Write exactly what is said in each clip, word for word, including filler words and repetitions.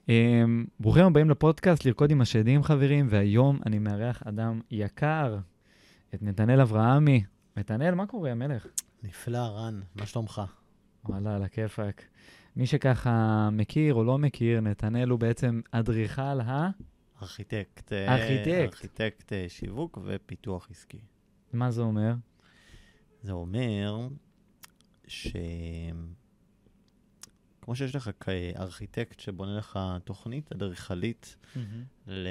ברוכים הבאים לפודקאסט לרקוד עם השדים, חברים, והיום אני מארח אדם יקר, את נתנאל אברהמי. נתנאל, מה קורה, המלך? נפלא, רן, מה שלומך? וואלה, על הכיפק. מי שככה מכיר או לא מכיר, נתנאל הוא בעצם אדריכל ה... ארכיטקט. ארכיטקט. ארכיטקט שיווק ופיתוח עסקי. מה זה אומר? זה אומר ש... כמו שיש לך כארכיטקט שבונה לך תוכנית אדריכלית ל...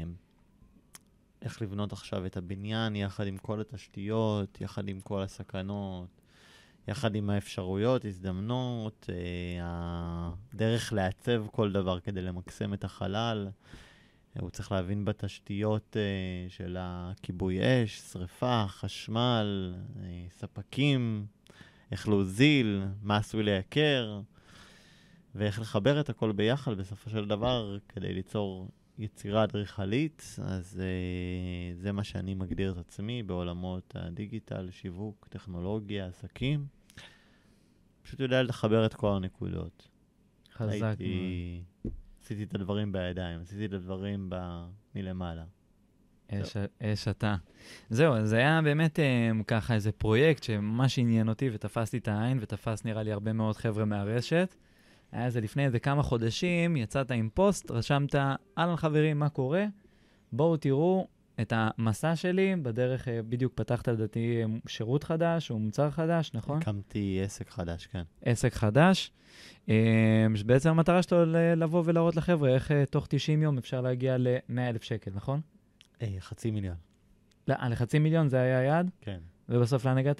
איך לבנות עכשיו את הבניין יחד עם כל התשתיות, יחד עם כל הסכנות, יחד עם האפשרויות, הזדמנות, אה, הדרך לעצב כל דבר כדי למקסם את החלל. הוא צריך להבין בתשתיות אה, של הכיבוי אש, שריפה, חשמל, אה, ספקים, איך להוזיל, מה עשוי לייקר, ואיך לחבר את הכל ביחד בסופו של דבר כדי ליצור יצירה אדריכלית. אז אה, זה מה שאני מגדיר את עצמי בעולמות הדיגיטל, שיווק, טכנולוגיה, עסקים. פשוט יודע לחבר את כל הנקודות. חזק הייתי... עשיתי את הדברים בידיים, עשיתי את הדברים ב... מלמעלה. אש, אש אתה. זהו, זה היה באמת um, ככה איזה פרויקט שממש עניין אותי ותפסתי את העין ותפס נראה לי הרבה מאוד חבר'ה מהרשת. היה זה לפני איזה כמה חודשים, יצאת עם פוסט, רשמת, אהלן חברים, מה קורה? בואו תראו את המסע שלי, בדרך בדיוק פתחת לדעתי שירות חדש או מוצר חדש, נכון? הקמתי עסק חדש, כן. עסק חדש. בעצם המטרה שלו לבוא ולהראות לחבר'ה איך תוך תשעים יום אפשר להגיע ל-מאה אלף שקל, נכון? חצי מיליון. לא, לחצי מיליון זה היה היעד? כן. ובסוף לאן הגעת?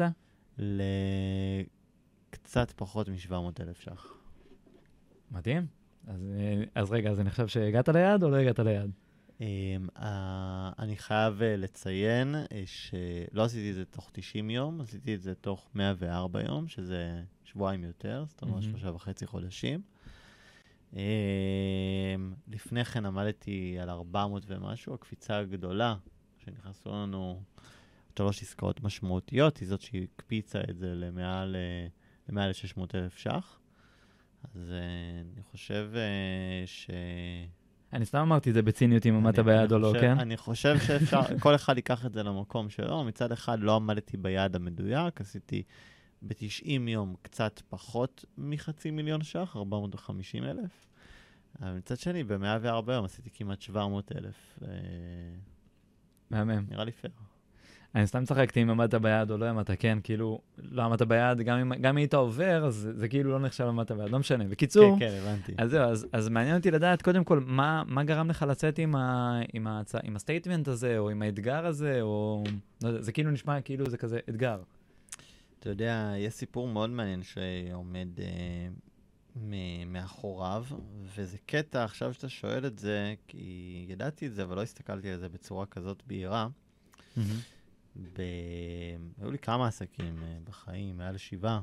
לקצת פחות מ-שבע מאות אלף ש"ח. מדהים. אז, אז רגע, אז אני חושב שהגעת ליעד או לא הגעת ליעד? Um, uh, אני חייב uh, לציין uh, שלא עשיתי את זה תוך תשעים יום, עשיתי את זה תוך מאה וארבע יום, שזה שבועיים יותר, זאת אומרת mm-hmm. שלושה וחצי חודשים. Um, לפני כן עמדתי על ארבע מאות ומשהו, הקפיצה הגדולה שנכנסו לנו שלוש עסקאות משמעותיות, היא זאת שהקפיצה את זה למעל, למעל שש מאות אלף ש"ח. אז uh, אני חושב uh, ש... אני סתם אמרתי את זה בציניות אם עמדת ביעד או לא, כן? אני חושב שאפשר, כל אחד ייקח את זה למקום שלו. מצד אחד לא עמדתי ביעד המדויק, עשיתי ב-תשעים יום קצת פחות מחצי מיליון ש"ח, ארבע מאות וחמישים אלף. אבל מצד שני, ב-מאה וארבע יום עשיתי כמעט שבע מאות אלף. מהמם. נראה לי פייר. אני סתם צחקתי אם עמדת ביעד או לא עמדת, כן, כאילו, לא עמדת ביעד, גם אם, גם אם היית עובר, אז זה כאילו לא נחשב עמדת ביעד, לא משנה. בקיצור, כן, כן, הבנתי. אז זהו, אז, אז מעניין אותי לדעת, קודם כל, מה, מה גרם לך לצאת עם, ה, עם, ה, עם הסטייטמנט הזה, או עם האתגר הזה, או... לא יודע, זה כאילו נשמע כאילו זה כזה אתגר. אתה יודע, יש סיפור מאוד מעניין שעומד אה, מ- מאחוריו, וזה קטע, עכשיו שאתה שואל את זה, כי ידעתי את זה, אבל לא הסתכלתי על זה בצורה כזאת בהירה. Mm-hmm. ב... היו לי כמה עסקים בחיים, מעל שבעה.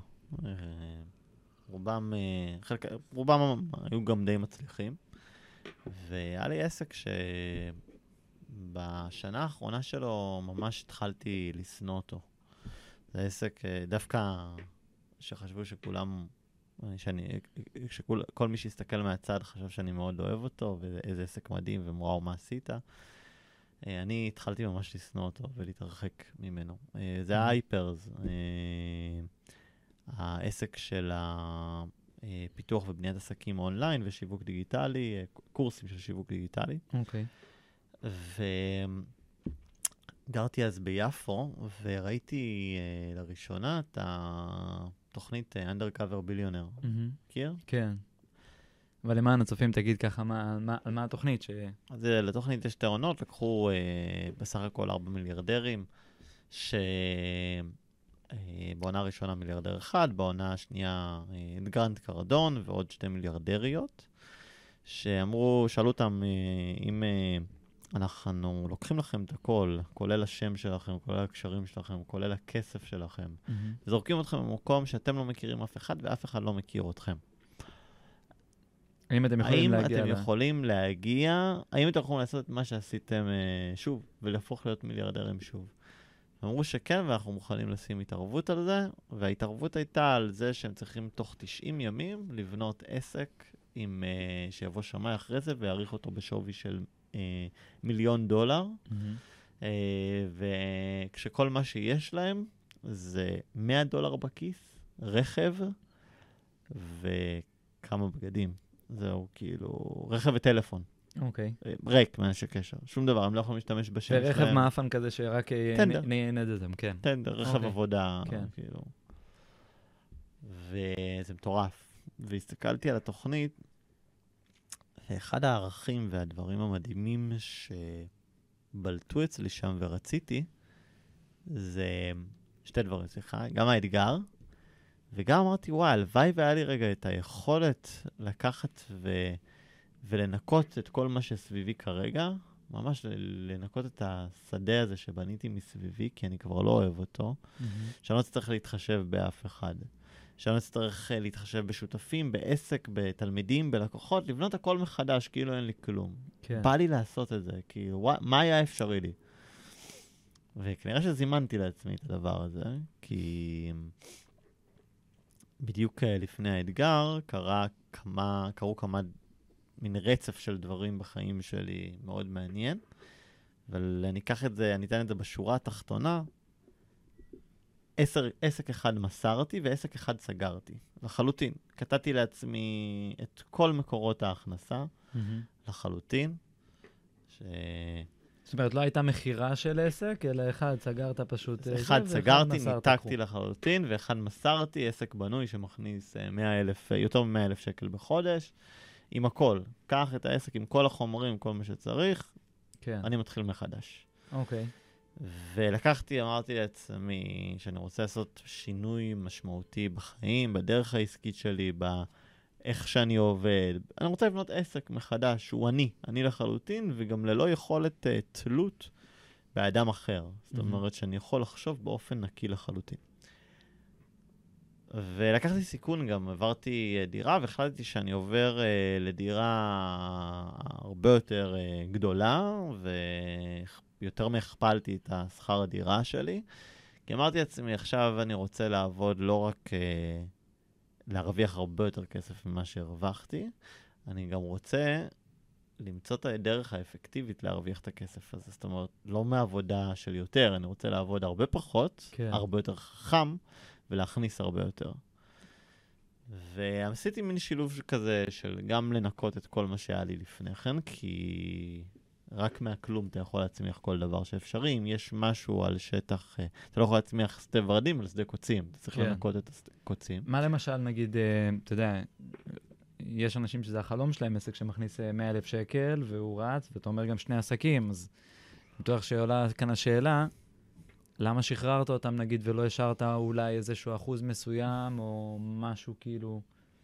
רובם, חלק, רובם היו גם די מצליחים. והיה לי עסק שבשנה האחרונה שלו ממש התחלתי לסנוע אותו. זה עסק דווקא שחשבו שכולם, שאני, שכל כל מי שיסתכל מהצד חשב שאני מאוד אוהב אותו, ואיזה עסק מדהים ומואו מה עשית. אני התחלתי ממש לסנוע אותו ולהתרחק ממנו. זה האייפרס, העסק של הפיתוח ובניית עסקים אונליין ושיווק דיגיטלי, קורסים של שיווק דיגיטלי. אוקיי. וגרתי אז ביפו, וראיתי לראשונה את התוכנית Undercover Billionaire. מכיר? כן. אבל למען הצופים תגיד ככה, מה, מה, על מה התוכנית ש... אז לתוכנית יש שתי עונות, לקחו אה, בסך הכל ארבעה מיליארדרים, שבעונה אה, הראשונה מיליארדר אחד, בעונה השנייה אה, את גרנט קרדון ועוד שתי מיליארדריות, שאמרו, שאלו אותם אה, אם אה, אנחנו לוקחים לכם את הכל, כולל השם שלכם, כולל הקשרים שלכם, כולל הכסף שלכם, mm-hmm. וזורקים אתכם במקום שאתם לא מכירים אף אחד ואף אחד לא מכיר אתכם. האם אתם יכולים האם להגיע... אתם לה... יכולים להגיע, האם אתם יכולים לעשות את מה שעשיתם uh, שוב, ולהפוך להיות מיליארדרים שוב? אמרו שכן, ואנחנו מוכנים לשים התערבות על זה, וההתערבות הייתה על זה שהם צריכים תוך תשעים ימים לבנות עסק עם, uh, שיבוא שמאי אחרי זה ויעריך אותו בשווי של uh, מיליון דולר, mm-hmm. uh, וכשכל מה שיש להם זה מאה דולר בכיס, רכב וכמה בגדים. זהו, כאילו, רכב וטלפון. אוקיי. ריק מאנשי קשר. שום דבר, הם לא יכולים להשתמש בשם שלהם. ורכב מאפן כזה שרק נענד את זה, כן. טנדר, רכב עבודה, כאילו. וזה מטורף. והסתכלתי על התוכנית, ואחד הערכים והדברים המדהימים שבלטו אצלי שם ורציתי, זה שתי דברים, סליחה, גם האתגר, וגם אמרתי, וואי, הלוואי והיה לי רגע את היכולת לקחת ו... ולנקות את כל מה שסביבי כרגע, ממש לנקות את השדה הזה שבניתי מסביבי, כי אני כבר לא אוהב אותו, mm-hmm. שאני לא צריך להתחשב באף אחד. שאני לא צריך להתחשב בשותפים, בעסק, בתלמידים, בלקוחות, לבנות הכל מחדש, כאילו אין לי כלום. כן. בא לי לעשות את זה, כאילו, ווא, מה היה אפשרי לי? וכנראה שזימנתי לעצמי את הדבר הזה, כי בדיוק לפני האתגר קרה כמה, קרו כמה מין רצף של דברים בחיים שלי מאוד מעניין, אבל אני אקח את זה, אני אתן את זה בשורה התחתונה. עשר, עסק אחד מסרתי ועסק אחד סגרתי. לחלוטין. קטעתי לעצמי את כל מקורות ההכנסה, mm-hmm. לחלוטין. ש... זאת אומרת, לא הייתה מחירה של עסק, אלא אחד סגרת פשוט... אחד סגרתי, ניתקתי לחלוטין, ואחד מסרתי, עסק בנוי שמכניס מאה אלף, יותר מ-מאה אלף שקל בחודש, עם הכל. קח את העסק עם כל החומרים, כל מה שצריך, כן. אני מתחיל מחדש. אוקיי. ולקחתי, אמרתי לעצמי, שאני רוצה לעשות שינוי משמעותי בחיים, בדרך העסקית שלי, באיך שאני עובד. אני רוצה לבנות עסק מחדש, שהוא אני, אני לחלוטין, וגם ללא יכולת uh, תלות באדם אחר. זאת אומרת שאני יכול לחשוב באופן נקי לחלוטין. ולקחתי סיכון גם, עברתי uh, דירה, והחלטתי שאני עובר uh, לדירה הרבה יותר uh, גדולה, ויותר מהכפלתי את השכר הדירה שלי, כי אמרתי לעצמי, עכשיו אני רוצה לעבוד לא רק uh, להרוויח הרבה יותר כסף ממה שהרווחתי, אני גם רוצה למצוא את הדרך האפקטיבית להרוויח את הכסף הזה. זאת אומרת, לא מעבודה של יותר, אני רוצה לעבוד הרבה פחות, כן. הרבה יותר חכם, ולהכניס הרבה יותר. ועשיתי מין שילוב כזה של גם לנקות את כל מה שהיה לי לפני כן, כי רק מהכלום אתה יכול להצמיח כל דבר שאפשרי. אם יש משהו על שטח, אתה לא יכול להצמיח שדה ורדים על שדה קוצים. אתה צריך כן. לנקות את הקוצים. מה למשל, נגיד, אתה יודע, יש אנשים שזה החלום שלהם, עסק שמכניס מאה אלף שקל, והוא רץ, ואתה אומר גם שני עסקים, אז בטוח שעולה כאן השאלה, למה שחררת אותם, נגיד, ולא השארת אולי איזשהו אחוז מסוים, או משהו כאילו...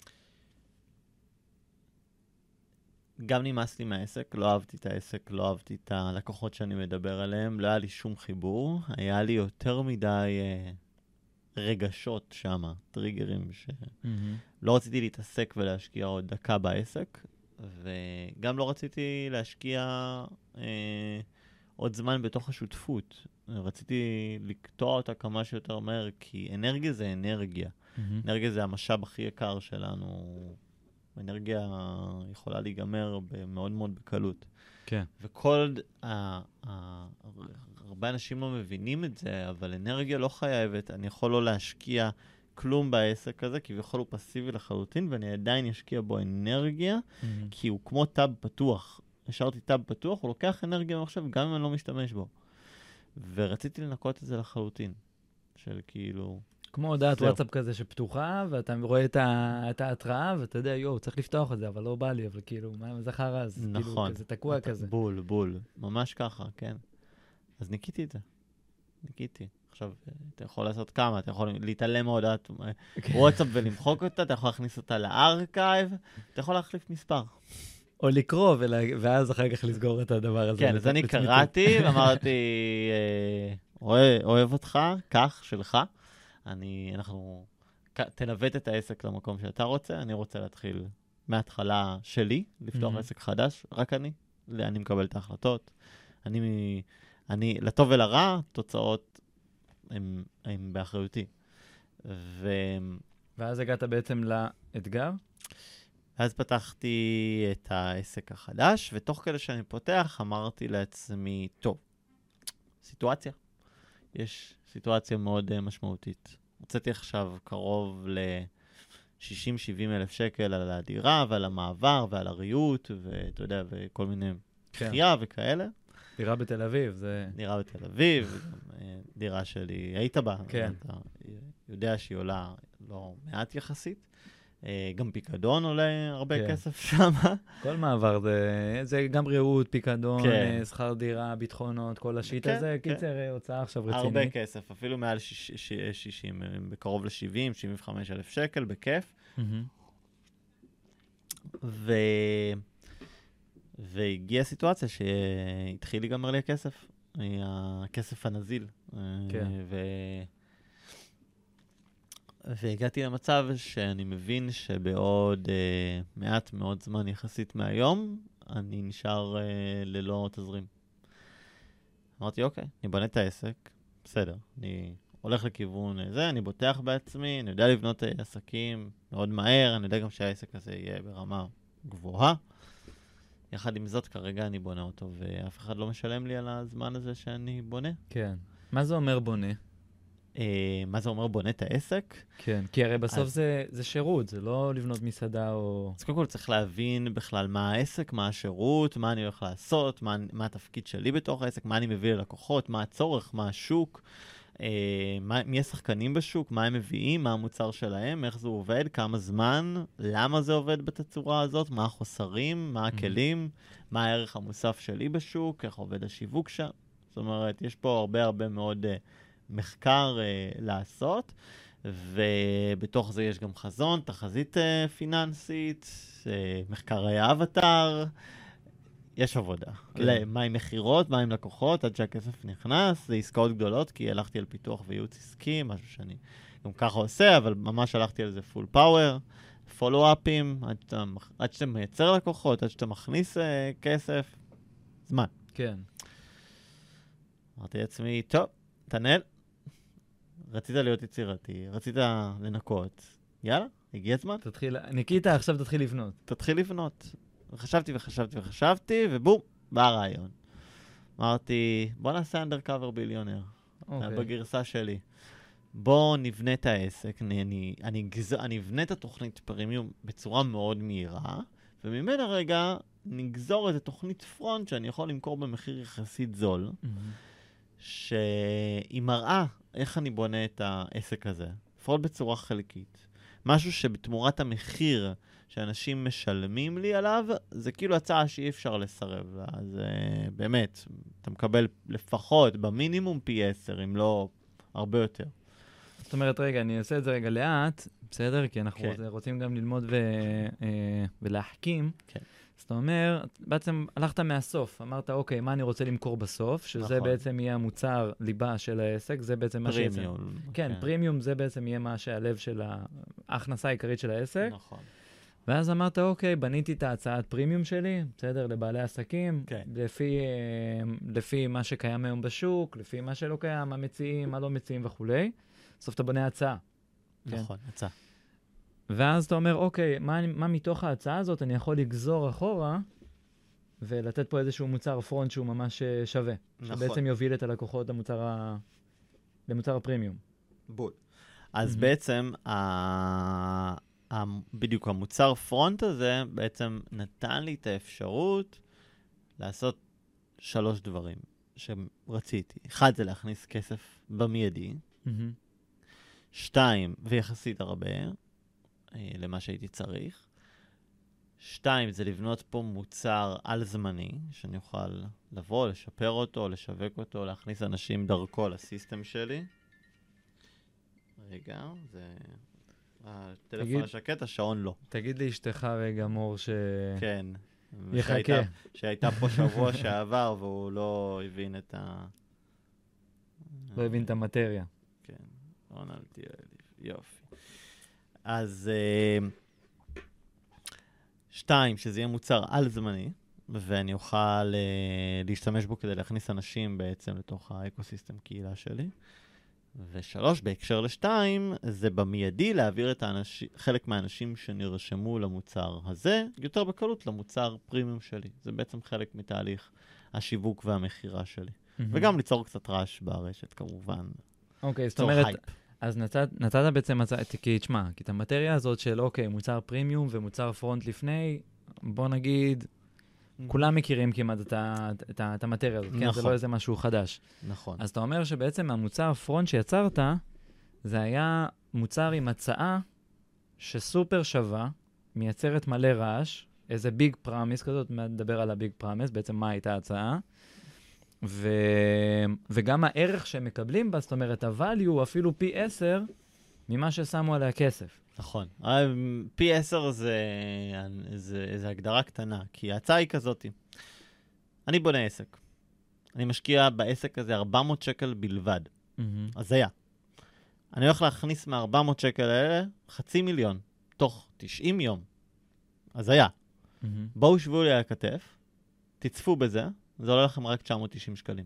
גם נמאס לי מהעסק, לא אהבתי את העסק, לא אהבתי את הלקוחות שאני מדבר עליהם, לא היה לי שום חיבור, היה לי יותר מדי אה, רגשות שמה, טריגרים, שלא mm-hmm. רציתי להתעסק ולהשקיע עוד דקה בעסק, וגם לא רציתי להשקיע... אה, עוד זמן בתוך השותפות. רציתי לקטוע אותה כמה שיותר מהר, כי אנרגיה זה אנרגיה. Mm-hmm. אנרגיה זה המשאב הכי יקר שלנו. אנרגיה יכולה להיגמר מאוד מאוד בקלות. כן. וכל... ה, ה, הרבה אנשים לא מבינים את זה, אבל אנרגיה לא חייבת. אני יכול לא להשקיע כלום בעסק הזה, כי יכול הוא פסיבי לחלוטין, ואני עדיין אשקיע בו אנרגיה, mm-hmm. כי הוא כמו טאב פתוח. השארתי טאב פתוח, הוא לוקח אנרגיה במחשב, גם אם אני לא משתמש בו. ורציתי לנקות את זה לחלוטין. של כאילו... כמו הודעת וואטסאפ כזה שפתוחה, ואתה רואה את ההתראה, ואתה יודע, יו, צריך לפתוח את זה, אבל לא בא לי, אבל כאילו, מה זה חרא? אז נכון. כאילו, כזה תקוע כזה. בול, בול. ממש ככה, כן. אז ניקיתי את זה. ניקיתי. עכשיו, אתה יכול לעשות כמה, אתה יכול להתעלם מהודעת וואטסאפ ולמחוק אותה, אתה יכול להכניס אותה לארכייב, אתה יכול להחליף מספר. או לקרוא, ואז אחר כך לסגור את הדבר הזה. כן, אז אני קראתי, ואמרתי, אוהב אותך, כך, שלך. אני, אנחנו, תנווט את העסק למקום שאתה רוצה, אני רוצה להתחיל מההתחלה שלי, לפתוח עסק חדש, רק אני, אני מקבל את ההחלטות. אני, אני, לטוב ולרע, תוצאות הם, הם באחריותי. ו... ואז הגעת בעצם לאתגר? אז פתחתי את העסק החדש, ותוך כדי שאני פותח, אמרתי לעצמי, טוב, סיטואציה. יש סיטואציה מאוד uh, משמעותית. הוצאתי עכשיו קרוב ל-שישים שבעים אלף שקל על הדירה, ועל המעבר, ועל הריהוט, ואתה יודע, וכל מיני דחייה כן. וכאלה. דירה בתל אביב, זה... דירה בתל אביב, דירה שלי, היית בה. כן. אתה יודע שהיא עולה לא מעט יחסית. גם פיקדון עולה הרבה כן. כסף שם. כל מעבר זה, זה גם ריהוט, פיקדון, כן. שכר דירה, ביטחונות, כל השיט כן, הזה. כן. קיצר, הוצאה עכשיו רציני. הרבה כסף, אפילו מעל שישים, בקרוב ל-שבעים, שבעים וחמישה אלף שקל, בכיף. Mm-hmm. ו... והגיעה סיטואציה שהתחיל להיגמר לי הכסף. הכסף הנזיל. כן. ו... והגעתי למצב שאני מבין שבעוד uh, מעט מאוד זמן יחסית מהיום, אני נשאר uh, ללא תזרים. אמרתי, אוקיי, אני בונה את העסק, בסדר, אני הולך לכיוון זה, אני בוטח בעצמי, אני יודע לבנות עסקים מאוד מהר, אני יודע גם שהעסק הזה יהיה ברמה גבוהה. יחד עם זאת, כרגע אני בונה אותו, ואף אחד לא משלם לי על הזמן הזה שאני בונה. כן. מה זה אומר בונה? Uh, מה זה אומר בונה את העסק? כן, כי הרי בסוף אז... זה, זה שירות, זה לא לבנות מסעדה או... אז קודם כל צריך להבין בכלל מה העסק, מה השירות, מה אני הולך לעשות, מה, מה התפקיד שלי בתוך העסק, מה אני מביא ללקוחות, מה הצורך, מה השוק, uh, מה, מי השחקנים בשוק, מה הם מביאים, מה המוצר שלהם, איך זה עובד, כמה זמן, למה זה עובד בתצורה הזאת, מה החוסרים, מה הכלים, mm-hmm. מה הערך המוסף שלי בשוק, איך עובד השיווק שם. זאת אומרת, יש פה הרבה הרבה מאוד... Uh, מחקר uh, לעשות, ובתוך זה יש גם חזון, תחזית uh, פיננסית, uh, מחקרי האבטר, יש עבודה. כן. מה עם מחירות, מה עם לקוחות, עד שהכסף נכנס, זה עסקאות גדולות, כי הלכתי על פיתוח וייעוץ עסקי, משהו שאני גם ככה עושה, אבל ממש הלכתי על זה פול פאוור, פולו-אפים, עד שאתה, עד שאתה מייצר לקוחות, עד שאתה מכניס uh, כסף, זמן. כן. אמרתי לעצמי, טוב, תנהל, רצית להיות יצירתי, רצית לנקות, יאללה, הגיע זמן. תתחיל, ניקית, עכשיו תתחיל לבנות. תתחיל לבנות. וחשבתי וחשבתי וחשבתי, ובום, בא הרעיון. אמרתי, בוא נעשה אנדרקאבר ביליונר, okay. בגרסה שלי. בוא נבנה את העסק, אני, אני, אני, גז... אני אבנה את התוכנית פרימיום בצורה מאוד מהירה, וממנה רגע נגזור איזו תוכנית פרונט שאני יכול למכור במחיר יחסית זול, mm-hmm. שהיא מראה איך אני בונה את העסק הזה, לפחות בצורה חלקית. משהו שבתמורת המחיר שאנשים משלמים לי עליו, זה כאילו הצעה שאי אפשר לסרב. אז uh, באמת, אתה מקבל לפחות במינימום פי עשר, אם לא הרבה יותר. זאת אומרת, רגע, אני אעשה את זה רגע לאט, בסדר? כי אנחנו כן. רוצים גם ללמוד ו... ולהחכים. כן. זאת אומרת, בעצם הלכת מהסוף, אמרת, אוקיי, מה אני רוצה למכור בסוף, שזה נכון. בעצם יהיה המוצר ליבה של העסק, זה בעצם מה שעצם... פרימיום. כן, כן, פרימיום זה בעצם יהיה מה שהלב של ההכנסה העיקרית של העסק. נכון. ואז אמרת, אוקיי, בניתי את ההצעת פרימיום שלי, בסדר, לבעלי עסקים, כן. לפי, לפי מה שקיים היום בשוק, לפי מה שלא קיים, מה מציעים, מה לא מציעים וכולי. בסוף אתה בונה הצעה. נכון, כן? הצעה. ואז אתה אומר, אוקיי, מה, מה מתוך ההצעה הזאת אני יכול לגזור אחורה, ולתת פה איזשהו מוצר פרונט שהוא ממש שווה. נכון. שבעצם יוביל את הלקוחות למוצר, ה... למוצר הפרימיום. בול. אז mm-hmm. בעצם, ה... ה... בדיוק המוצר פרונט הזה, בעצם נתן לי את האפשרות לעשות שלוש דברים שרציתי. אחד זה להכניס כסף במיידי. Mm-hmm. שתיים, ויחסית הרבה, למה שהייתי צריך. שתיים, זה לבנות פה מוצר על זמני, שאני אוכל לבוא, לשפר אותו, לשווק אותו, להכניס אנשים דרכו לסיסטם שלי. רגע, זה... הטלפון השקט, השעון לא. תגיד לי אשתך רגע, מור, ש... כן. יחכה. שהייתה, שהייתה פה שבוע שעבר, והוא לא הבין את ה... לא הבין את המטריה. כן. רונלד, יופי. אז שתיים, שזה יהיה מוצר על זמני, ואני אוכל להשתמש בו כדי להכניס אנשים בעצם לתוך האקוסיסטם קהילה שלי. ושלוש, בהקשר לשתיים, זה במיידי להעביר את האנשים, חלק מהאנשים שנרשמו למוצר הזה, יותר בקלות למוצר פרימיום שלי. זה בעצם חלק מתהליך השיווק והמחירה שלי. Mm-hmm. וגם ליצור קצת רעש ברשת, כמובן. אוקיי, זאת אומרת, הייפ. אז נתת, נתת בעצם, מצא, כי תשמע, כי את המטריה הזאת של, אוקיי, מוצר פרימיום ומוצר פרונט לפני, בוא נגיד, כולם מכירים כמעט את, את, את המטריה הזאת, נכון. כן? זה לא איזה משהו חדש. נכון. אז אתה אומר שבעצם המוצר פרונט שיצרת, זה היה מוצר עם הצעה שסופר שווה, מייצרת מלא רעש, איזה ביג פרמיס כזאת, מדבר על הביג פרמיס, בעצם מה הייתה ההצעה, ו... וגם הערך שהם מקבלים בה, זאת אומרת, ה-value הוא אפילו פי עשר ממה ששמו עליה כסף. נכון. פי עשר זה, זה, זה הגדרה קטנה, כי ההצעה היא כזאת. אני בונה עסק. אני משקיע בעסק הזה ארבע מאות שקל בלבד. Mm-hmm. אז היה. אני הולך להכניס מה-ארבע מאות שקל האלה חצי מיליון, תוך תשעים יום. אז היה. Mm-hmm. בואו שבו לי על הכתף, תצפו בזה, זה עולה לכם רק תשע מאות תשעים שקלים.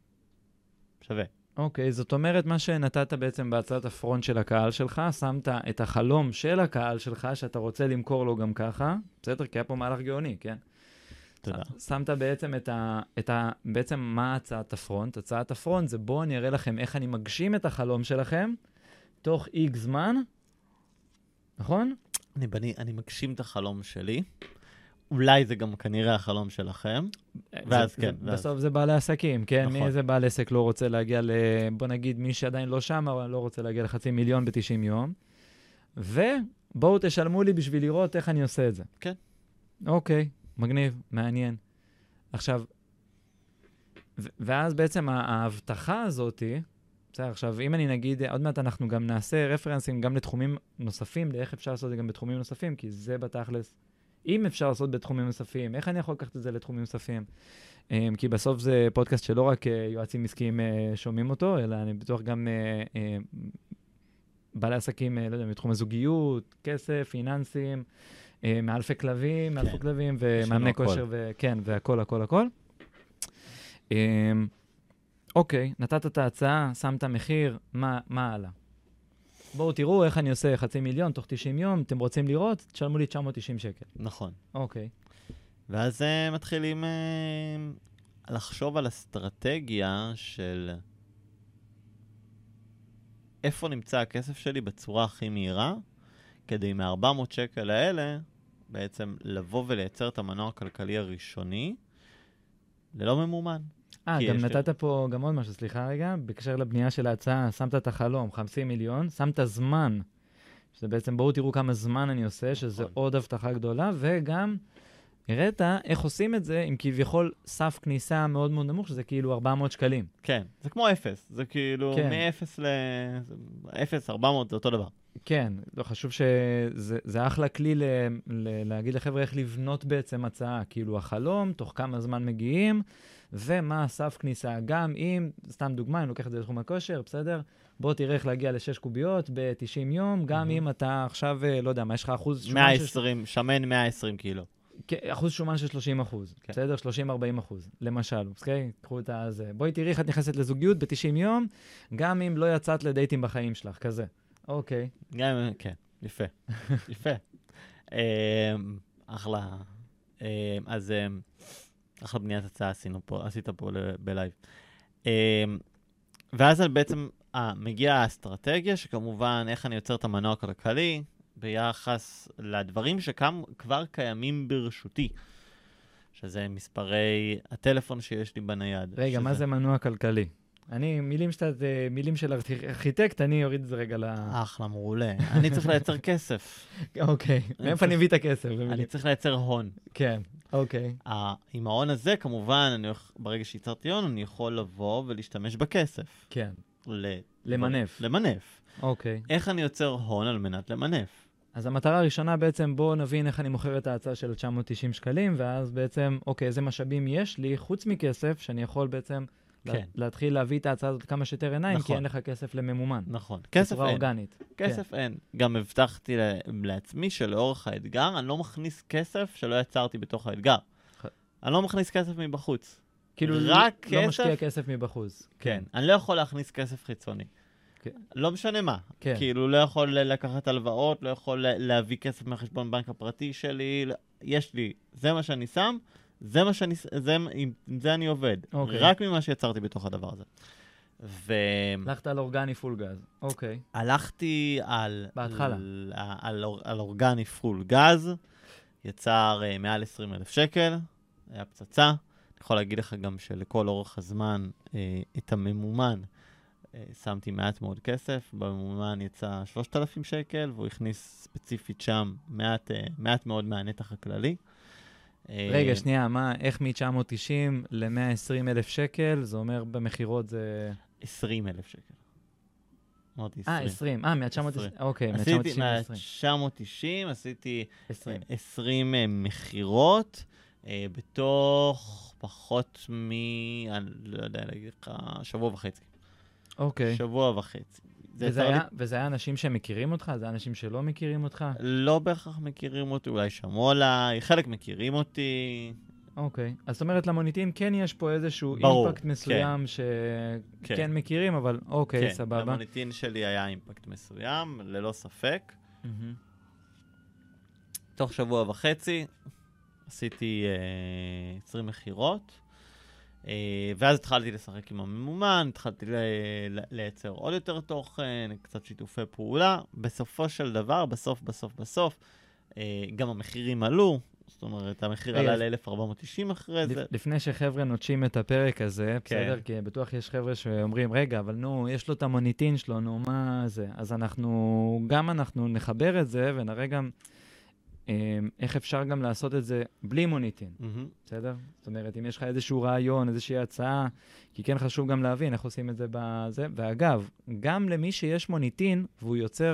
שווה. אוקיי, okay, זאת אומרת, מה שנתת בעצם בהצעת הפרונט של הקהל שלך, שמת את החלום של הקהל שלך, שאתה רוצה למכור לו גם ככה, בסדר? כי היה פה מהלך גאוני, כן? תודה. שמת בעצם את ה... את ה בעצם מה הצעת הפרונט? הצעת הפרונט זה בואו אני אראה לכם איך אני מגשים את החלום שלכם, תוך איקס זמן, נכון? אני, בני, אני מגשים את החלום שלי, אולי זה גם כנראה החלום שלכם, ואז זה, כן. זה, ואז. בסוף זה בעלי עסקים, כן? נכון. מי איזה בעל עסק לא רוצה להגיע ל... בוא נגיד, מי שעדיין לא שם, אבל לא רוצה להגיע לחצי מיליון ב-תשעים יום. ובואו תשלמו לי בשביל לראות איך אני עושה את זה. כן. אוקיי, מגניב, מעניין. עכשיו, ו- ואז בעצם ההבטחה הזאת, בסדר, עכשיו, אם אני נגיד, עוד מעט אנחנו גם נעשה רפרנסים גם לתחומים נוספים, לאיך אפשר לעשות את זה גם בתחומים נוספים, כי זה בתכלס... אם אפשר לעשות בתחומים נוספים, איך אני יכול לקחת את זה לתחומים נוספים? Um, כי בסוף זה פודקאסט שלא רק uh, יועצים עסקיים uh, שומעים אותו, אלא אני בטוח גם uh, uh, בעלי עסקים, uh, לא יודע, מתחום הזוגיות, כסף, פיננסים, uh, מאלפי כלבים, מאלפי כן. כלבים, ומאמני כושר, וכן, והכל, הכל, הכל. Um, אוקיי, נתת את ההצעה, שמת מחיר, מה, מה הלאה? בואו תראו איך אני עושה חצי מיליון תוך תשעים יום, אתם רוצים לראות? תשלמו לי תשע מאות תשעים שקל. נכון. אוקיי. ואז uh, מתחילים uh, לחשוב על אסטרטגיה של איפה נמצא הכסף שלי בצורה הכי מהירה, כדי מ-ארבע מאות שקל האלה בעצם לבוא ולייצר את המנוע הכלכלי הראשוני ללא ממומן. אה, גם נתת לי... פה גם עוד משהו, סליחה רגע, בקשר לבנייה של ההצעה, שמת את החלום, חמישים מיליון, שמת זמן, שזה בעצם בואו תראו כמה זמן אני עושה, שזה נכון. עוד הבטחה גדולה, וגם הראית איך עושים את זה עם כביכול סף כניסה מאוד מאוד נמוך, שזה כאילו ארבע מאות שקלים. כן, זה כמו אפס, זה כאילו כן. מ-אפס ל-אפס, ארבע מאות, זה אותו דבר. כן, לא חשוב שזה זה אחלה כלי ל, ל, להגיד לחבר'ה איך לבנות בעצם הצעה, כאילו החלום, תוך כמה זמן מגיעים, ומה הסף כניסה, גם אם, סתם דוגמה, אני לוקח את זה לתחום הכושר, בסדר? בוא תראה איך להגיע לשש קוביות ב-תשעים יום, גם mm-hmm. אם אתה עכשיו, לא יודע, מה יש לך אחוז שומן? מאה ועשרים, ש... שמן מאה ועשרים קילו. אחוז שומן של שלושים אחוז, כן. בסדר? שלושים ארבעים אחוז, למשל, אוקיי? קחו את הזה. בואי תראי איך את נכנסת לזוגיות ב-תשעים יום, גם אם לא יצאת לדייטים בחיים שלך, כזה. אוקיי. גם, כן, יפה. יפה. אחלה. אז אחלה בניית הצעה עשינו פה, עשית פה בלייב. ואז בעצם מגיעה האסטרטגיה, שכמובן איך אני יוצר את המנוע הכלכלי, ביחס לדברים שכבר קיימים ברשותי, שזה מספרי הטלפון שיש לי בנייד. רגע, שזה... מה זה מנוע כלכלי? אני, מילים שאתה, מילים של ארכיטקט, אני אוריד את זה רגע ל... אחלה, מעולה. אני צריך לייצר כסף. אוקיי, מאיפה אני מביא את הכסף? אני צריך לייצר הון. כן, אוקיי. עם ההון הזה, כמובן, ברגע שייצרתי הון, אני יכול לבוא ולהשתמש בכסף. כן. למנף. למנף. אוקיי. איך אני יוצר הון על מנת למנף? אז המטרה הראשונה בעצם, בואו נבין איך אני מוכר את ההצעה של תשע מאות תשעים שקלים, ואז בעצם, אוקיי, איזה משאבים יש לי, חוץ מכסף, שאני יכול בעצם כן. להתחיל להביא את ההצעה הזאת כמה שיותר עיניים, נכון. כי אין לך כסף לממומן. נכון. כסף אין. אורגנית. כסף כן. אין. גם הבטחתי לעצמי שלאורך האתגר, אני לא מכניס כסף שלא יצרתי בתוך האתגר. ח... אני לא מכניס כסף מבחוץ. כאילו רק לא כסף... משקיע כסף מבחוץ. כן. כן. אני לא יכול להכניס כסף חיצוני. לא משנה מה. כן. כאילו, לא יכול לקחת הלוואות, לא יכול להביא כסף מהחשבון בנק הפרטי שלי, יש לי, זה מה שאני שם, זה מה שאני, זה, עם זה אני עובד. אוקיי. רק ממה שיצרתי בתוך הדבר הזה. ו... הלכת על אורגני פול גז, אוקיי. הלכתי על... בהתחלה. על, על, על אורגני פול גז, יצר uh, מעל עשרים אלף שקל, היה פצצה. אני יכול להגיד לך גם שלכל אורך הזמן uh, את הממומן uh, שמתי מעט מאוד כסף, בממומן יצא שלושת אלפים שקל, והוא הכניס ספציפית שם מעט, uh, מעט מאוד מהנתח הכללי. רגע, שנייה, מה, איך מ-תשע מאות תשעים ל-מאה ועשרים אלף שקל, זה אומר במחירות זה... עשרים אלף שקל. אמרתי עשרים. אה, עשרים. אה, מ-תשע מאות תשעים. אוקיי, מ-תשע מאות תשעים ל-עשרים. מ-תשע מאות תשעים עשיתי עשרים. עשרים מחירות, בתוך פחות מ... אני לא יודע להגיד לך, שבוע וחצי. אוקיי. שבוע וחצי. וזה היה, וזה היה אנשים שמכירים אותך? זה היה אנשים שלא מכירים אותך? לא בהכרח מכירים אותי, אולי שמעו עליי, חלק מכירים אותי. אוקיי. אז זאת אומרת, למוניטין כן יש פה איזשהו ברור, אימפקט מסוים כן. שכן כן. מכירים, אבל אוקיי, כן, סבבה. למוניטין שלי היה אימפקט מסוים, ללא ספק. Mm-hmm. תוך שבוע וחצי עשיתי אה, עשרים מחירות, אה, ואז התחלתי לשחק עם הממומן, התחלתי ל- ל- לייצר עוד יותר תוכן, קצת שיתופי פעולה. בסופו של דבר, בסוף, בסוף, בסוף, אה, גם המחירים עלו, זאת אומרת, המחיר עלה ל-אלף ארבע מאות תשעים אחרי זה. לפני שחבר'ה נוטשים את הפרק הזה, בסדר? כי בטוח יש חבר'ה שאומרים, רגע, אבל נו, יש לו את המוניטין שלו, נו, מה זה? אז אנחנו, גם אנחנו נחבר את זה ונראה גם איך אפשר גם לעשות את זה בלי מוניטין, בסדר? זאת אומרת, אם יש לך איזשהו רעיון, איזושהי הצעה, כי כן חשוב גם להבין איך עושים את זה בזה. ואגב, גם למי שיש מוניטין והוא יוצר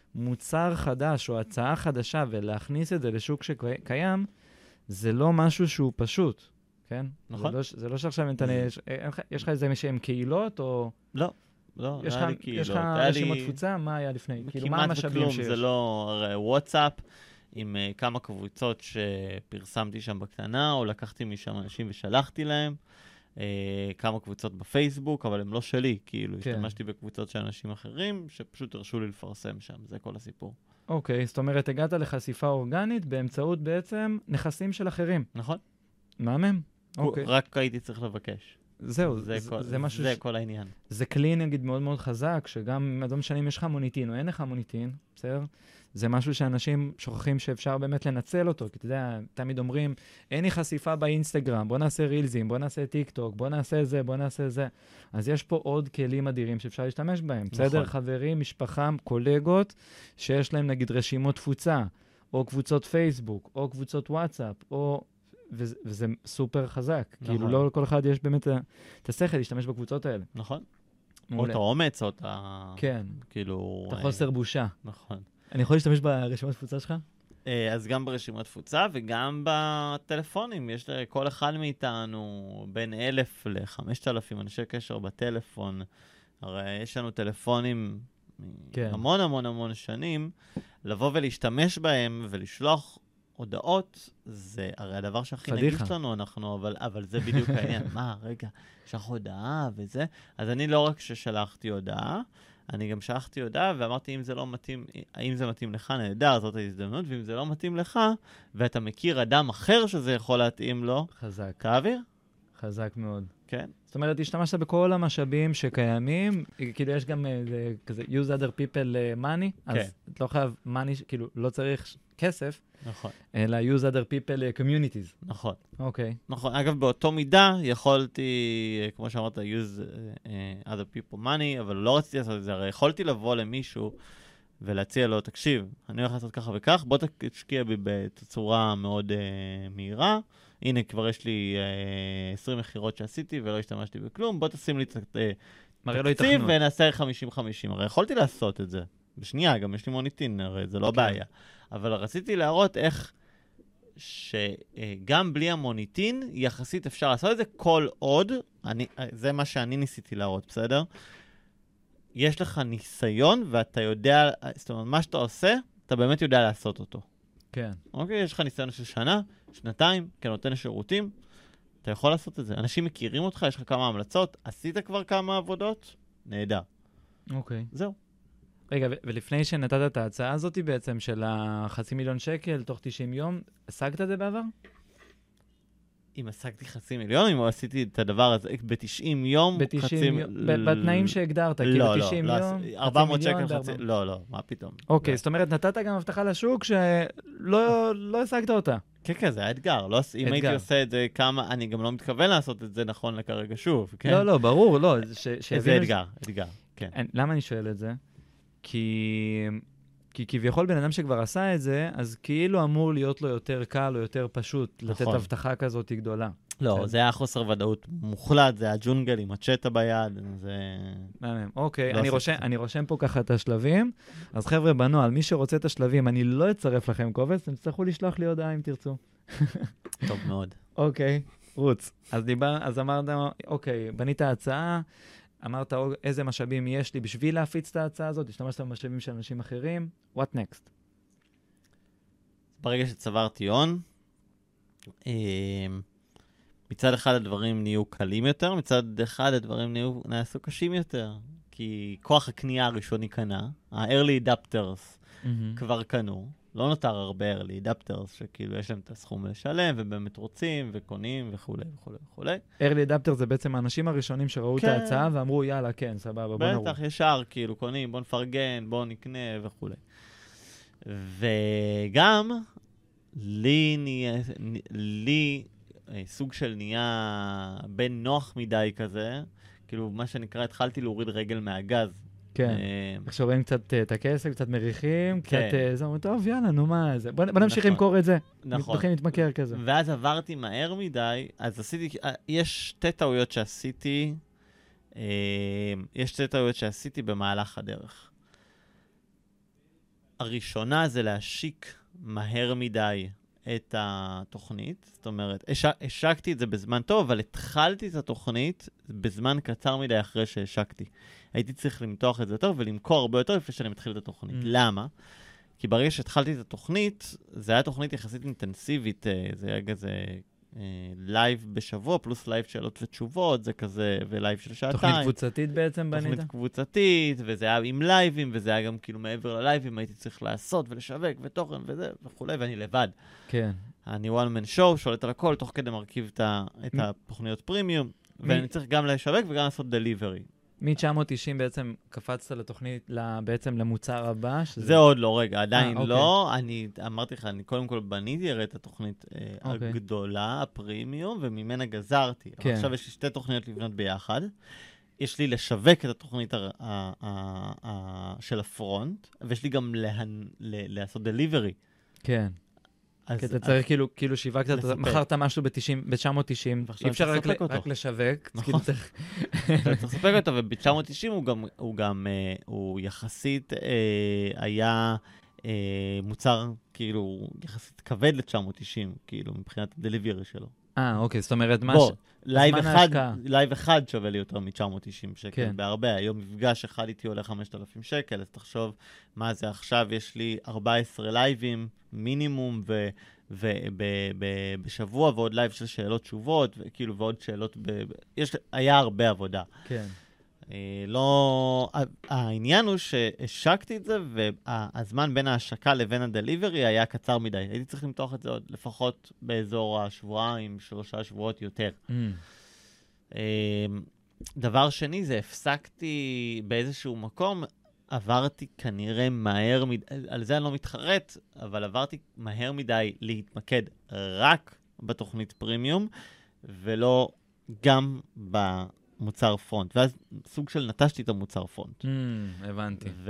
מוצר חדש או הצעה חדשה ולהכניס את זה לשוק שקיים, זה לא משהו שהוא פשוט, כן? נכון. זה לא, זה לא שעכשיו אתה, יש, יש לך איזה שהם קהילות או... לא, לא, יש היה לך, לי קהילות. יש לך רשימות תפוצה? מה היה לפני? כאילו, מה המשאבים שיש? זה לא, הרי וואטסאפ עם uh, כמה קבוצות שפרסמתי שם בקטנה, או לקחתי משם אנשים ושלחתי להם. Uh, כמה קבוצות בפייסבוק, אבל הם לא שלי, כאילו, כן. השתמשתי בקבוצות של אנשים אחרים, שפשוט הרשו לי לפרסם שם, זה כל הסיפור. אוקיי, זאת אומרת, הגעת לחשיפה אורגנית באמצעות בעצם נכסים של אחרים. נכון. מהמם? אוקיי. רק הייתי צריך לבקש. זהו, זה, זה, כל, זה משהו... זה ש... כל העניין. זה כלי, נגיד, מאוד מאוד חזק, שגם, לא משנה אם יש לך מוניטין או אין לך מוניטין, בסדר? זה משהו שאנשים שוכחים שאפשר באמת לנצל אותו, כי אתה יודע, תמיד אומרים, אין לי חשיפה באינסטגרם, בוא נעשה רילזים, בוא נעשה טיק טוק, בוא נעשה זה, בוא נעשה זה. אז יש פה עוד כלים אדירים שאפשר להשתמש בהם. נכון. בסדר? חברים, משפחה, קולגות, שיש להם נגיד רשימות תפוצה, או קבוצות פייסבוק, או קבוצות וואטסאפ, או... וזה, וזה סופר חזק. נכון. כאילו לא לכל אחד יש באמת את השכל להשתמש בקבוצות האלה. נכון. או את האומץ, או את ה... כן. כאילו... את החוסר בושה. נכון. אני יכול להשתמש ברשימת תפוצה שלך? אז גם ברשימת תפוצה וגם בטלפונים. יש כל אחד מאיתנו בין אלף לחמשת אלפים אנשי קשר בטלפון. הרי יש לנו טלפונים כן. המון המון המון שנים. לבוא ולהשתמש בהם ולשלוח הודעות, זה הרי הדבר שהכי נגיש לנו, אנחנו, אבל, אבל זה בדיוק העניין. מה, רגע, יש לך הודעה וזה? אז אני לא רק ששלחתי הודעה, אני גם שלחתי הודעה ואמרתי, אם זה לא מתאים, האם זה מתאים לך, נהדר, זאת ההזדמנות, ואם זה לא מתאים לך, ואתה מכיר אדם אחר שזה יכול להתאים לו, חזק. תעביר. חזק מאוד. כן. זאת אומרת, השתמשת בכל המשאבים שקיימים, כאילו יש גם זה, כזה, use other people money, אז כן. את לא חייב money, כאילו לא צריך כסף, נכון. אלא use other people communities. נכון. אוקיי. נכון. אגב, באותו מידה יכולתי, כמו שאמרת, use uh, other people money, אבל לא רציתי לעשות את זה. הרי יכולתי לבוא למישהו ולהציע לו, תקשיב, אני הולך לעשות ככה וכך, בוא תשקיע בי בצורה מאוד uh, מהירה. הנה, כבר יש לי uh, עשרים מחירות שעשיתי ולא השתמשתי בכלום, בוא תשים לי uh, תקציב ונעשה חמישים חמישים. הרי יכולתי לעשות את זה. בשנייה, גם יש לי מוניטין, הרי זה לא okay. בעיה. אבל רציתי להראות איך שגם בלי המוניטין, יחסית אפשר לעשות את זה כל עוד, אני, זה מה שאני ניסיתי להראות, בסדר? יש לך ניסיון ואתה יודע, זאת אומרת, מה שאתה עושה, אתה באמת יודע לעשות אותו. כן. אוקיי, יש לך ניסיון של שנה, שנתיים, כנותן שירותים, אתה יכול לעשות את זה. אנשים מכירים אותך, יש לך כמה המלצות, עשית כבר כמה עבודות, נהדר. אוקיי. זהו. רגע, ו- ולפני שנתת את ההצעה הזאת בעצם של החצי מיליון שקל תוך תשעים יום, השגת את זה בעבר? אם השגתי חצי מיליון, אם עשיתי את הדבר הזה ב-תשעים יום, ב-תשעים יום, ב- בתנאים שהגדרת, כי לא, לא, ב-תשעים לא, יום, ארבע מאות חצי מיליון, שקל, חצי, בארבע- לא, לא, מה פתאום. אוקיי, לא. זאת אומרת, נתת גם הבטחה לשוק שלא לא השגת אותה. כן, כן, זה היה אתגר, לא, אם הייתי אתגר. עושה את זה כמה, אני גם לא מתכוון לעשות את זה נכון לכרגע שוב, כן? לא, לא, ברור, לא. ש- זה שיבינו ש- אתגר, אתגר, כן. אין- למה אני שואל את זה? כי... כי כביכול בן אדם שכבר עשה את זה, אז כאילו אמור להיות לו יותר קל או יותר פשוט לתת נכון. הבטחה כזאת גדולה. לא, כן. זה היה חוסר ודאות מוחלט, זה היה ג'ונגל עם הצ'טה ביד, זה... מהמם. אוקיי, לא אני עשיתי רושם, את זה. אני רושם פה ככה את השלבים. אז חבר'ה, בנועל, מי שרוצה את השלבים, אני לא אצרף לכם קובץ, אתם תצטרכו לשלוח לי הודעה אם תרצו. טוב מאוד. אוקיי, רוץ. אז דיבר, אז אמרת, אוקיי, בנית הצעה, אמרת "או- איזה משאבים יש לי בשביל להפיץ את ההצעה הזאת, השתמשת במשאבים של אנשים אחרים, what next? ברגע שצברתי הון, אה, מצד אחד הדברים נהיו קלים יותר, מצד אחד הדברים נהיו, נעשו קשים יותר, כי כוח הקנייה הראשוני קנה, ה-early adapters כבר קנו, לא נותר הרבה early adapters שכאילו יש להם את הסכום לשלם, ובאמת רוצים וקונים וכו' וכו' וכו'. early adapter זה בעצם האנשים הראשונים שראו כן. את ההצעה ואמרו, יאללה, כן, סבבה, בוא נרוץ. בטח, ישר, כאילו, קונים, בוא נפרגן, בוא נקנה וכו'. וגם, לי נהיה, לי אה, סוג של נהיה בין נוח מדי כזה, כאילו, מה שנקרא, התחלתי להוריד רגל מהגז. כן. אה, איך שרואים קצת אה, את הכסף, קצת מריחים, קצת כן. אה, זה, אומרים, טוב, יאללה, נו מה זה. בוא בוא נמשיך נכון. למכור את זה. נכון. מתחילים להתמכר כזה. ואז עברתי מהר מדי, אז עשיתי, אה, יש שתי טעויות שעשיתי, אה, יש שתי טעויות שעשיתי במהלך הדרך. הראשונה זה להשיק מהר מדי את התוכנית, זאת אומרת, הש... השקתי את זה בזמן טוב, אבל התחלתי את התוכנית בזמן קצר מדי אחרי שהשקתי. הייתי צריך למתוח את זה יותר ולמכור הרבה יותר לפני שאני מתחיל את התוכנית. Mm. למה? כי ברגע שהתחלתי את התוכנית, זה היה תוכנית יחסית אינטנסיבית, אה, זה היה כזה אה, לייב בשבוע, פלוס לייב שאלות ותשובות, זה כזה, ולייב של שעתיים. תוכנית קבוצתית בעצם בנית? תוכנית קבוצתית, וזה היה עם לייבים, וזה היה גם כאילו מעבר ללייבים, הייתי צריך לעשות ולשווק ותוכן וזה וכולי, ואני לבד. כן. אני one man show, שולט על הכל, תוך כדי מרכיב את ה- את מ- התוכניות פרימיום, מ- ואני צריך גם לשווק וגם לעשות דליברי. מ-תשע מאות תשעים בעצם קפצת לתוכנית, ל- בעצם למוצר הבא, שזה... זה עוד לא, רגע, עדיין אה, אוקיי. לא. אני אמרתי לך, אני קודם כל בניתי הרי את התוכנית אה, אוקיי. הגדולה, הפרימיום, וממנה גזרתי. אבל כן. עכשיו יש לי שתי תוכניות לבנות ביחד. יש לי לשווק את התוכנית ה- ה- ה- ה- של הפרונט, ויש לי גם להנ- ל- לעשות דליברי. כן. אז- כי אתה אז- צריך כאילו, כאילו שיווקת, אתה לספק. מכרת משהו ב-תשע מאות תשעים, ועכשיו אי אפשר צריך רק לספק ל- אותו. רק לשווק, נכון. כאילו צריך... אתה צריך לספק אותו, וב-תשע מאות תשעים הוא גם, הוא גם, אה, הוא יחסית אה, היה אה, מוצר, כאילו, יחסית כבד ל-תשע מאות תשעים, כאילו, מבחינת הדליברי שלו. אה, אוקיי, זאת אומרת, מה... בוא, ש- לייב הזמן אחד, ההשקעה. לייב אחד שווה לי יותר מ-תשע מאות תשעים שקל, כן. בהרבה. היום מפגש אחד איתי עולה חמשת אלפים שקל, אז תחשוב מה זה עכשיו, יש לי ארבעה עשר לייבים מינימום, ו... ובשבוע ועוד לייב של שאלות תשובות, וכאילו ועוד שאלות, ב... ב- יש, היה הרבה עבודה. כן. אה, לא... ה- העניין הוא שהשקתי את זה, והזמן בין ההשקה לבין הדליברי היה קצר מדי. הייתי צריך למתוח את זה עוד לפחות באזור השבועיים, שלושה שבועות יותר. Mm. אה, דבר שני, זה הפסקתי באיזשהו מקום, עברתי כנראה מהר מדי, על זה אני לא מתחרט, אבל עברתי מהר מדי להתמקד רק בתוכנית פרימיום, ולא גם במוצר פרונט. ואז סוג של נטשתי את המוצר פרונט. Mm, הבנתי. ו...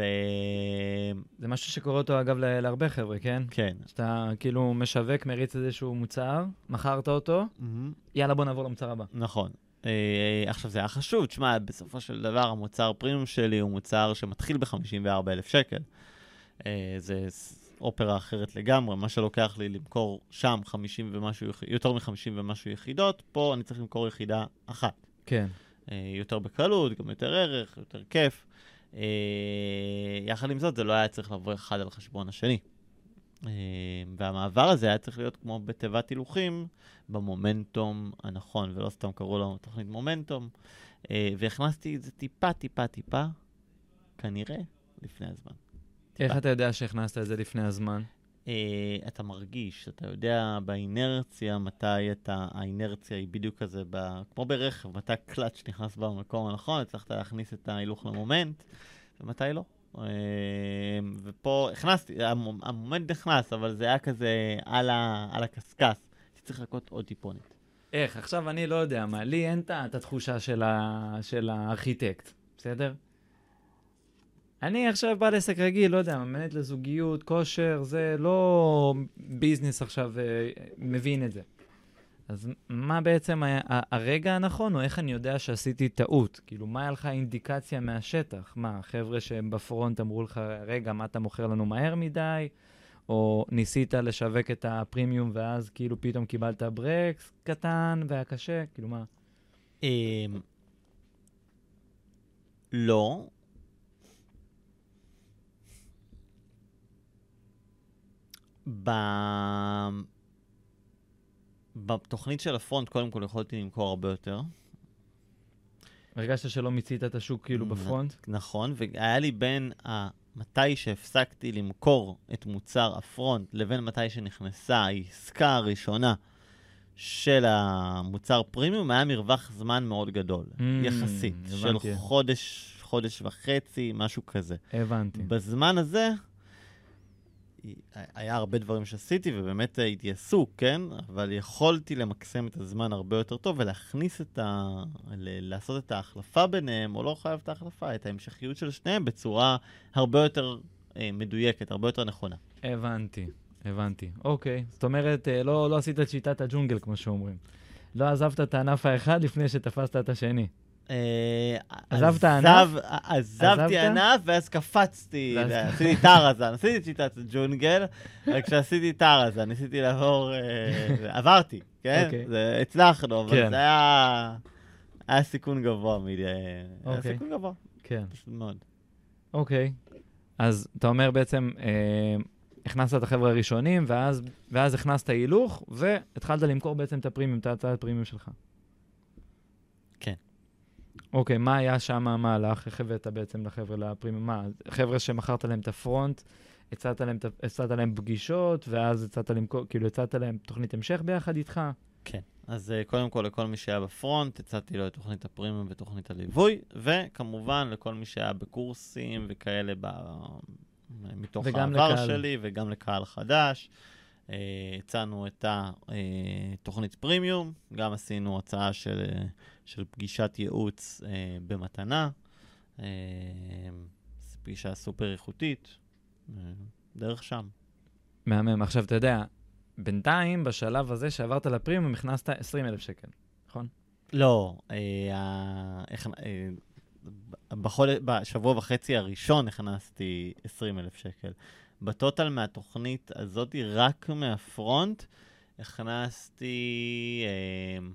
זה משהו שקורה אותו, אגב, ל- להרבה חבר'ה, כן? כן. שאתה כאילו משווק, מריץ איזשהו מוצר, מכרת אותו, יאללה, בוא נעבור למוצר הבא. נכון. אה, עכשיו זה היה חשוב, תשמע, בסופו של דבר המוצר פרימיום שלי הוא מוצר שמתחיל ב-חמישים וארבעה אלף שקל. אה, זה ס- אופרה אחרת לגמרי, מה שלוקח לי למכור שם חמישים ומשהו, יח- יותר מ-חמישים ומשהו יחידות, פה אני צריך למכור יחידה אחת. כן. אה, יותר בקלות, גם יותר ערך, יותר כיף. אה, יחד עם זאת, זה לא היה צריך לבוא אחד על חשבון השני. אה, והמעבר הזה היה צריך להיות כמו בתיבת הילוכים, במומנטום הנכון, ולא סתם קראו לנו תוכנית מומנטום. אה, והכנסתי את זה טיפה, טיפה, טיפה, כנראה לפני הזמן. איך אתה יודע שהכנסת את זה לפני הזמן? Uh, אתה מרגיש, אתה יודע באינרציה, מתי אתה, האינרציה היא בדיוק כזה, ב, כמו ברכב, מתי הקלאץ' נכנס במקום הנכון, הצלחת להכניס את ההילוך למומנט, ומתי לא. Uh, ופה הכנסתי, המ, המומנט נכנס, אבל זה היה כזה על, ה, על הקסקס. צריך לחכות עוד טיפונת. איך? עכשיו אני לא יודע מה, לי אין את התחושה של, ה, של הארכיטקט, בסדר? אני עכשיו בא לעסק רגיל, לא יודע, ממנת לזוגיות, כושר, זה לא ביזנס עכשיו מבין את זה. אז מה בעצם היה, הרגע הנכון, או איך אני יודע שעשיתי טעות? כאילו, מה היה לך אינדיקציה מהשטח? מה, חבר'ה שהם בפרונט אמרו לך, רגע, מה אתה מוכר לנו מהר מדי? או ניסית לשווק את הפרימיום, ואז כאילו פתאום קיבלת ברקס קטן והיה קשה? כאילו, מה? לא. ב... בתוכנית של הפרונט, קודם כל יכולתי למכור הרבה יותר. הרגשת שלא מיצית את השוק כאילו בפרונט? נכון, והיה לי בין מתי שהפסקתי למכור את מוצר הפרונט, לבין מתי שנכנסה העסקה הראשונה של המוצר פרימיום, היה מרווח זמן מאוד גדול, mm, יחסית, הבנתי. של חודש, חודש וחצי, משהו כזה. הבנתי. בזמן הזה, היה הרבה דברים שעשיתי, ובאמת התייסו, כן? אבל יכולתי למקסם את הזמן הרבה יותר טוב, ולהכניס את ה... ל- לעשות את ההחלפה ביניהם, או לא חייב את ההחלפה, את ההמשכיות של שניהם, בצורה הרבה יותר אה, מדויקת, הרבה יותר נכונה. הבנתי, הבנתי. אוקיי. זאת אומרת, לא, לא עשית את שיטת הג'ונגל, כמו שאומרים. לא עזבת את הענף האחד לפני שתפסת את השני. עזבת ענף? עזבתי ענף, ואז קפצתי, עשיתי טרזן, עשיתי את שיטת הג'ונגל, רק כשעשיתי טרזן, ניסיתי לעבור, עברתי, כן? הצלחנו, אבל זה היה סיכון גבוה מדי, היה סיכון גבוה, פשוט מאוד. אוקיי, אז אתה אומר בעצם, הכנסת את החבר'ה הראשונים, ואז הכנסת הילוך, והתחלת למכור בעצם את הפרימיום, את ההצעת הפרימיום שלך. כן. אוקיי, מה היה שם המהלך? איך הבאת בעצם לחבר'ה לפרימיום? מה, חבר'ה שמכרת להם את הפרונט, הצעת להם, הצעת להם פגישות, ואז הצעת להם, כאילו הצעת להם תוכנית המשך ביחד איתך? כן. אז uh, קודם כל לכל מי שהיה בפרונט, הצעתי לו את תוכנית הפרימיום ותוכנית הליווי, וכמובן לכל מי שהיה בקורסים וכאלה ב... מתוך העבר לקהל. שלי, וגם לקהל חדש. Uh, הצענו את התוכנית פרימיום, גם עשינו הצעה של, של פגישת ייעוץ uh, במתנה, uh, פגישה סופר איכותית, uh, דרך שם. מהמם. עכשיו אתה יודע, בינתיים בשלב הזה שעברת לפרימיום, הכנסת עשרים אלף שקל, נכון? לא, uh, uh, uh, בחול, בשבוע וחצי הראשון הכנסתי עשרים אלף שקל. בטוטל מהתוכנית הזאת, רק מהפרונט, הכנסתי אה,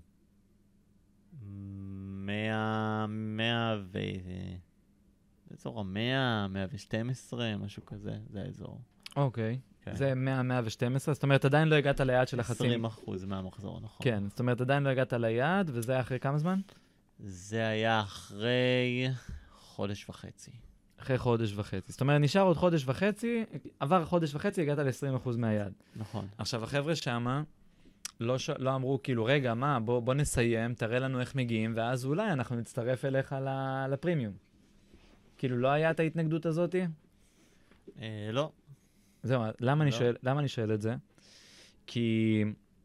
מאה, מאה ו... אזור המאה, מאה ושתים עשרה, משהו כזה, זה האזור. אוקיי, okay. זה מאה, מאה ושתים עשרה, זאת אומרת, עדיין לא הגעת ליעד של החצי... עשרים אחוז מהמחזור, נכון. כן, זאת אומרת, עדיין לא הגעת ליעד, וזה היה אחרי כמה זמן? זה היה אחרי חודש וחצי. אחרי חודש וחצי. זאת אומרת, נשאר עוד חודש וחצי, עבר חודש וחצי, הגעת ל-עשרים אחוז מהיעד. נכון. עכשיו, החבר'ה שמה לא, ש... לא אמרו, כאילו, רגע, מה, בוא, בוא נסיים, תראה לנו איך מגיעים, ואז אולי אנחנו נצטרף אליך לפרימיום. כאילו, לא היה את ההתנגדות הזאת? אה, לא. זהו, למה, לא. אני שואל, למה אני שואל את זה? כי,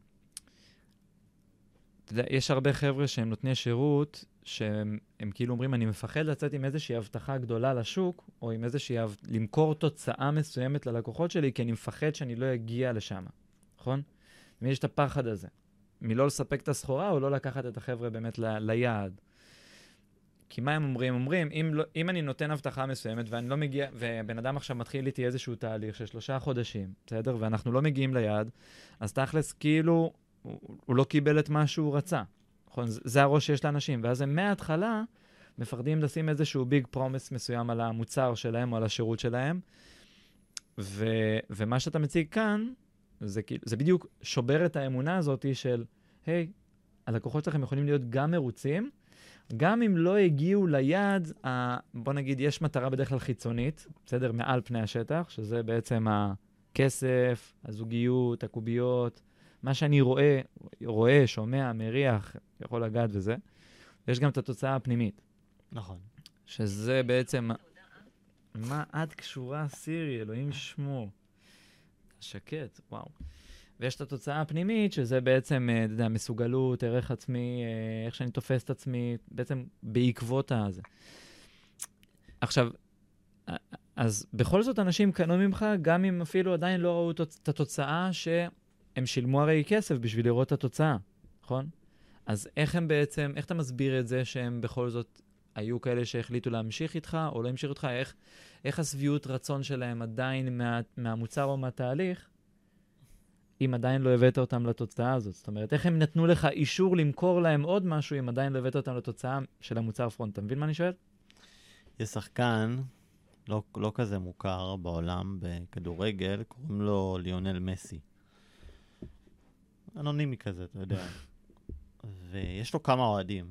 אתה יודע, יש הרבה חבר'ה שהם נותני שירות, שהם הם כאילו אומרים, אני מפחד לצאת עם איזושהי הבטחה גדולה לשוק, או עם איזושהי, למכור תוצאה מסוימת ללקוחות שלי, כי אני מפחד שאני לא אגיע לשם, נכון? יש את הפחד הזה, מלא לספק את הסחורה, או לא לקחת את החבר'ה באמת ל, ליעד. כי מה הם אומרים? הם אומרים, אם, לא, אם אני נותן הבטחה מסוימת, ואני לא מגיע, ובן אדם עכשיו מתחיל איתי איזשהו תהליך של שלושה חודשים, בסדר? ואנחנו לא מגיעים ליעד, אז תכלס כאילו, הוא, הוא לא קיבל את מה שהוא רצה. נכון? זה הראש שיש לאנשים, ואז הם מההתחלה מפחדים לשים איזשהו ביג פרומס מסוים על המוצר שלהם או על השירות שלהם, ו, ומה שאתה מציג כאן, זה, זה בדיוק שובר את האמונה הזאת של, היי, הלקוחות שלכם יכולים להיות גם מרוצים, גם אם לא הגיעו ליעד, ה... בוא נגיד, יש מטרה בדרך כלל חיצונית, בסדר? מעל פני השטח, שזה בעצם הכסף, הזוגיות, הקוביות, מה שאני רואה, רואה, שומע, מריח, יכול לגעת וזה. יש גם את התוצאה הפנימית. נכון. שזה בעצם... מה את קשורה, סירי? אלוהים שמור. שקט, וואו. ויש את התוצאה הפנימית, שזה בעצם, אתה יודע, מסוגלות, ערך עצמי, איך שאני תופס את עצמי, בעצם בעקבות הזה. עכשיו, אז בכל זאת אנשים קנו ממך, גם אם אפילו עדיין לא ראו את התוצאה, שהם שילמו הרי כסף בשביל לראות את התוצאה, נכון? אז איך הם בעצם, איך אתה מסביר את זה שהם בכל זאת היו כאלה שהחליטו להמשיך איתך, או לא המשיך איתך? איך, איך הסביעות רצון שלהם עדיין מה, מהמוצר או מהתהליך, אם עדיין לא הבאת אותם לתוצאה הזאת? זאת אומרת, איך הם נתנו לך אישור למכור להם עוד משהו, אם עדיין לא הבאת אותם לתוצאה של המוצר פרונט? אתה מבין מה אני שואל? יש שחקן, לא, לא כזה מוכר בעולם, בכדורגל, קוראים לו ליונל מסי. אנונימי כזה, אתה יודע. ויש לו כמה אוהדים.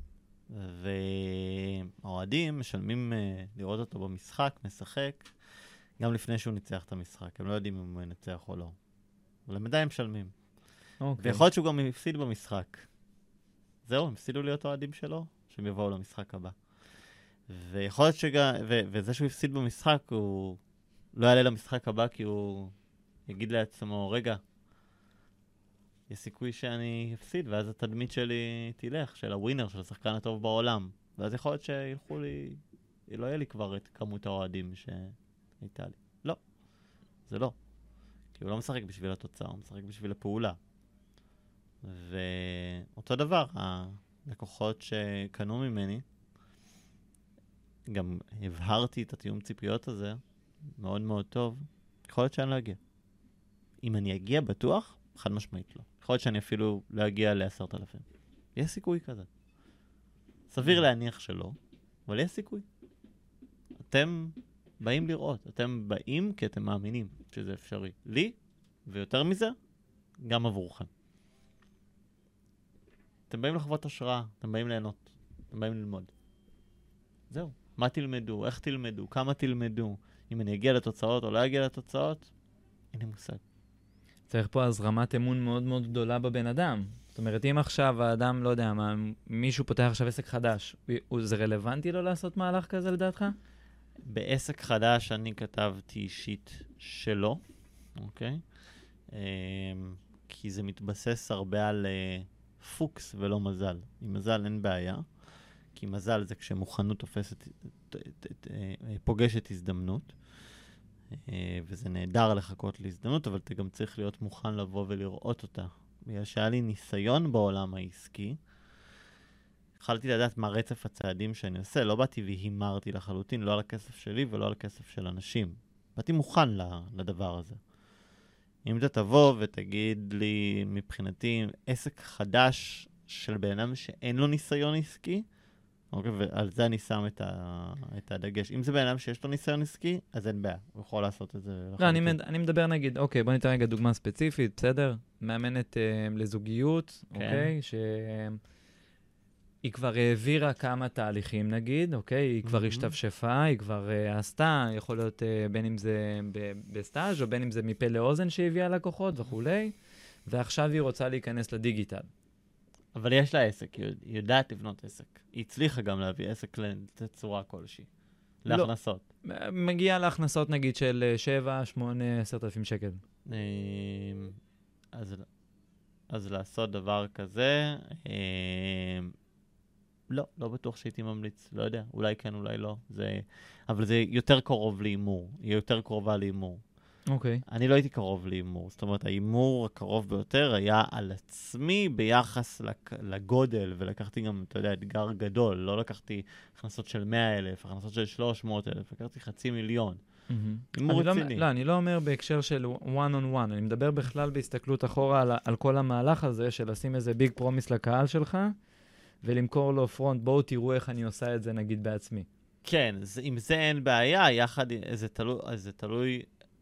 והאוהדים משלמים uh, לראות אותו במשחק, משחק, גם לפני שהוא ניצח את המשחק. הם לא יודעים אם הוא ינצח או לא. אבל הם עדיין משלמים. Okay. ויכול להיות שהוא גם הפסיד במשחק. זהו, הם הפסידו להיות אוהדים שלו, שהם יבואו למשחק הבא. ויכול להיות שגם, ו- וזה שהוא הפסיד במשחק, הוא לא יעלה למשחק הבא, כי הוא יגיד לעצמו, רגע, יש סיכוי שאני אפסיד, ואז התדמית שלי תלך, של הווינר, של השחקן הטוב בעולם. ואז יכול להיות שילכו לי, לא יהיה לי כבר את כמות האוהדים שהייתה לי. לא, זה לא. כי הוא לא משחק בשביל התוצאה, הוא משחק בשביל הפעולה. ואותו דבר, הלקוחות שקנו ממני, גם הבהרתי את התיאום ציפיות הזה, מאוד מאוד טוב, יכול להיות שאני לא אגיע. אם אני אגיע בטוח, חד משמעית לא. יכול להיות שאני אפילו לא אגיע לעשרת אלפים. יש סיכוי כזה. סביר להניח שלא, אבל יש סיכוי. אתם באים לראות, אתם באים כי אתם מאמינים שזה אפשרי. לי, ויותר מזה, גם עבורכם. אתם באים לחוות השראה, אתם באים ליהנות, אתם באים ללמוד. זהו. מה תלמדו, איך תלמדו, כמה תלמדו, אם אני אגיע לתוצאות או לא אגיע לתוצאות, אין לי מושג. צריך פה הזרמת אמון מאוד מאוד גדולה בבן אדם. זאת אומרת, אם עכשיו האדם, לא יודע מה, מישהו פותח עכשיו עסק חדש, זה רלוונטי לו לעשות מהלך כזה לדעתך? בעסק חדש אני כתבתי אישית שלא, אוקיי? כי זה מתבסס הרבה על פוקס ולא מזל. עם מזל אין בעיה, כי מזל זה כשמוכנות תופסת, פוגשת הזדמנות, וזה נהדר לחכות להזדמנות, אבל אתה גם צריך להיות מוכן לבוא ולראות אותה. בגלל שהיה לי ניסיון בעולם העסקי, יכלתי לדעת מה רצף הצעדים שאני עושה, לא באתי והימרתי לחלוטין, לא על הכסף שלי ולא על הכסף של אנשים. באתי מוכן לדבר הזה. אם אתה תבוא ותגיד לי מבחינתי עסק חדש של בן אדם שאין לו ניסיון עסקי, אוקיי, ועל זה אני שם את, ה, את הדגש. אם זה בן אדם שיש לו ניסיון עסקי, אז אין בעיה, הוא יכול לעשות את זה. לא, אני, אני מדבר נגיד, אוקיי, בוא ניתן רגע דוגמה ספציפית, בסדר? מאמנת אה, לזוגיות, כן. אוקיי, שהיא כבר העבירה כמה תהליכים נגיד, אוקיי, היא כבר mm-hmm. השתפשפה, היא כבר אה, עשתה, יכול להיות אה, בין אם זה ב- בסטאז' או בין אם זה מפה לאוזן שהביאה לקוחות וכולי, ועכשיו היא רוצה להיכנס לדיגיטל. אבל יש לה עסק, היא יודעת לבנות עסק. היא הצליחה גם להביא עסק לצורה כלשהי. להכנסות. לא. מגיעה להכנסות נגיד של שבע, שמונה, עשרת אלפים שקל. אז, אז לעשות דבר כזה, לא, לא בטוח שהייתי ממליץ. לא יודע, אולי כן, אולי לא. זה, אבל זה יותר קרוב לאימור. היא יותר קרובה לאימור. אוקיי. Okay. אני לא הייתי קרוב לאימור. זאת אומרת, האימור הקרוב ביותר היה על עצמי ביחס לגודל, ולקחתי גם, אתה יודע, אתגר גדול. לא לקחתי הכנסות של מאה אלף, הכנסות של שלוש מאות אלף, לקחתי חצי מיליון. Mm-hmm. אימור רציני. לא, לא, אני לא אומר בהקשר של one on one, אני מדבר בכלל בהסתכלות אחורה על, על כל המהלך הזה, של לשים איזה ביג פרומיס לקהל שלך, ולמכור לו פרונט, בואו תראו איך אני עושה את זה נגיד בעצמי. כן, אם זה אין בעיה, יחד, זה תלוי, זה תלוי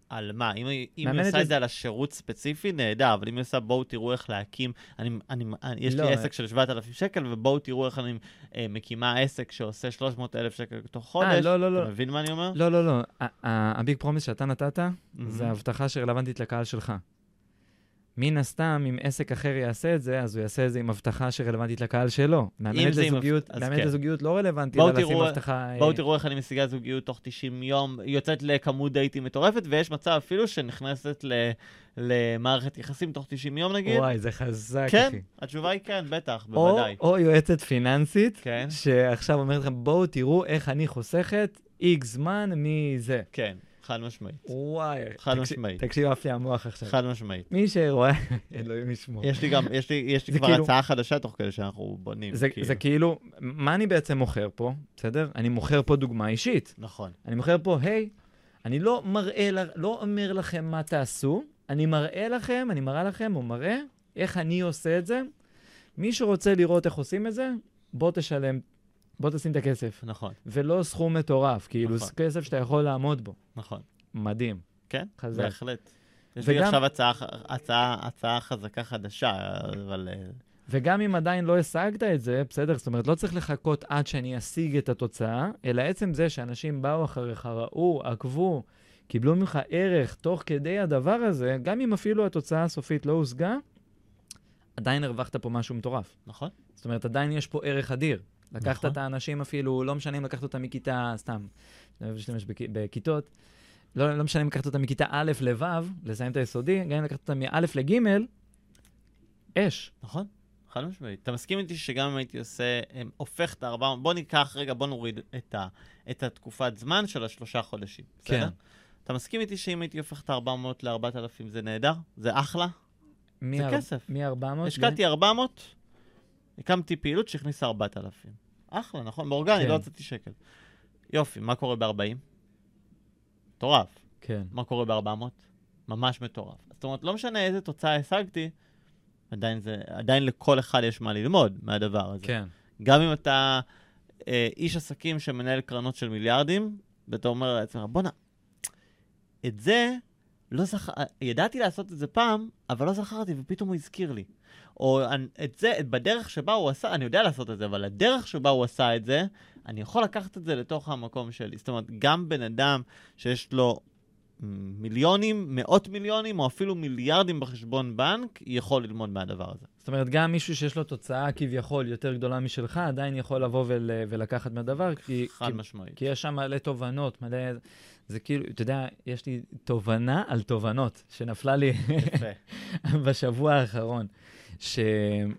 על מה? אם היא אם היא מאמנת עושה לז- את זה על השירות ספציפי, נהדר, אבל אם היא עושה, בואו תראו איך להקים, אני, אני, אני, יש לא, לי עסק של שבעת אלפים שקל, ובואו תראו איך אני אה, מקימה עסק שעושה שלוש מאות אלף שקל תוך חודש. לא, לא, לא. אתה מבין מה אני אומר? לא, לא, לא. הביג פרומיס שאתה נתת, זה Mhm. הבטחה שרלוונטית לקהל שלך. מן הסתם, אם עסק אחר יעשה את זה, אז הוא יעשה את זה עם הבטחה שרלוונטית לקהל שלו. מאמנת זה עם לזוגיות, הבט- אז מאמנת כן. לזוגיות לא רלוונטי, בואו אלא לשים תראו- הבטחה... בואו אה, תראו איך אני משיגה זוגיות תוך תשעים יום, היא יוצאת לכמות דייטים מטורפת, ויש מצב אפילו שנכנסת ל- למערכת יחסים תוך תשעים יום נגיד. וואי, זה חזק, כן, אחי. התשובה היא כן, בטח, או, בוודאי. או יועצת פיננסית, כן. שעכשיו אומרת לכם, בואו תראו איך אני חוסכת איקס זמן מזה. כן, חד משמעית. וואי. חד תקשיב- משמעית. תקשיב, עף לי המוח עכשיו. חד משמעית. מי שרואה, אלוהים ישמור. יש לי גם, יש לי, יש לי זה כבר כאילו- הצעה חדשה תוך כדי שאנחנו בונים. זה, זה כאילו, מה אני בעצם מוכר פה, בסדר? אני מוכר פה דוגמה אישית. נכון. אני מוכר פה, היי, אני לא מראה, ל- לא אומר לכם מה תעשו, אני מראה לכם, אני מראה לכם, או מראה איך אני עושה את זה. מי שרוצה לראות איך עושים את זה, בוא תשלם, בוא תשים את הכסף. נכון, ולא סכום מטורף, כאילו נכון. זה כסף שאתה יכול לעמוד בו. נכון. מדהים. כן, חזק. בהחלט. יש לי וגם- עכשיו הצעה, הצעה, הצעה חזקה חדשה, אבל... אה, וגם אם עדיין לא השגת את זה, בסדר? זאת אומרת, לא צריך לחכות עד שאני אשיג את התוצאה, אלא עצם זה שאנשים באו אחריך, ראו, עקבו, קיבלו ממך ערך תוך כדי הדבר הזה, גם אם אפילו התוצאה הסופית לא הושגה, עדיין הרווחת פה משהו מטורף. נכון? זאת אומרת, עדיין יש פה ערך אדיר. לקחת נכון. את האנשים אפילו, לא משנה אם לקחת אותם מכיתה, סתם, אני אוהב להשתמש בכ- בכיתות, לא, לא משנה אם לקחת אותם מכיתה א' לו', לסיים את היסודי, גם אם לקחת אותם מא' לג', אש. נכון? חד משמעית. אתה מסכים איתי שגם אם הייתי עושה, הם, הופך את ה-ארבע מאות, בוא ניקח רגע, בוא נוריד את, ה, את התקופת זמן של השלושה חודשים. כן. בסדר? אתה מסכים איתי שאם הייתי הופך את ה-ארבע מאות ל-ארבעת אלפים זה נהדר? זה אחלה? זה כסף. מ-ארבע מאות? השקעתי ארבע מאות, הקמתי פעילות שהכניסה ארבעת אלפים. אחלה, נכון? באורגני, כן. לא הוצאתי שקל. יופי, מה קורה ב-ארבעים? מטורף. כן. מה קורה ב-ארבע מאות? ממש מטורף. זאת אומרת, לא משנה איזה תוצאה השגתי, עדיין, זה, עדיין לכל אחד יש מה ללמוד מהדבר הזה. כן. גם אם אתה אה, איש עסקים שמנהל קרנות של מיליארדים, ואתה אומר לעצמך, בוא'נה, את זה לא זכר... ידעתי לעשות את זה פעם, אבל לא זכרתי, ופתאום הוא הזכיר לי. או אני- את זה, בדרך שבה הוא עשה, אני יודע לעשות את זה, אבל הדרך שבה הוא עשה את זה, אני יכול לקחת את זה לתוך המקום שלי. זאת אומרת, גם בן אדם שיש לו מיליונים, מאות מיליונים, או אפילו מיליארדים בחשבון בנק, יכול ללמוד מהדבר הזה. זאת אומרת, גם מישהו שיש לו תוצאה כביכול יותר גדולה משלך, עדיין יכול לבוא ול, ולקחת מהדבר, כי, חד כי, משמעית. כי יש שם מלא תובנות, מלא... זה כאילו, אתה יודע, יש לי תובנה על תובנות, שנפלה לי יפה. בשבוע האחרון, שהרבה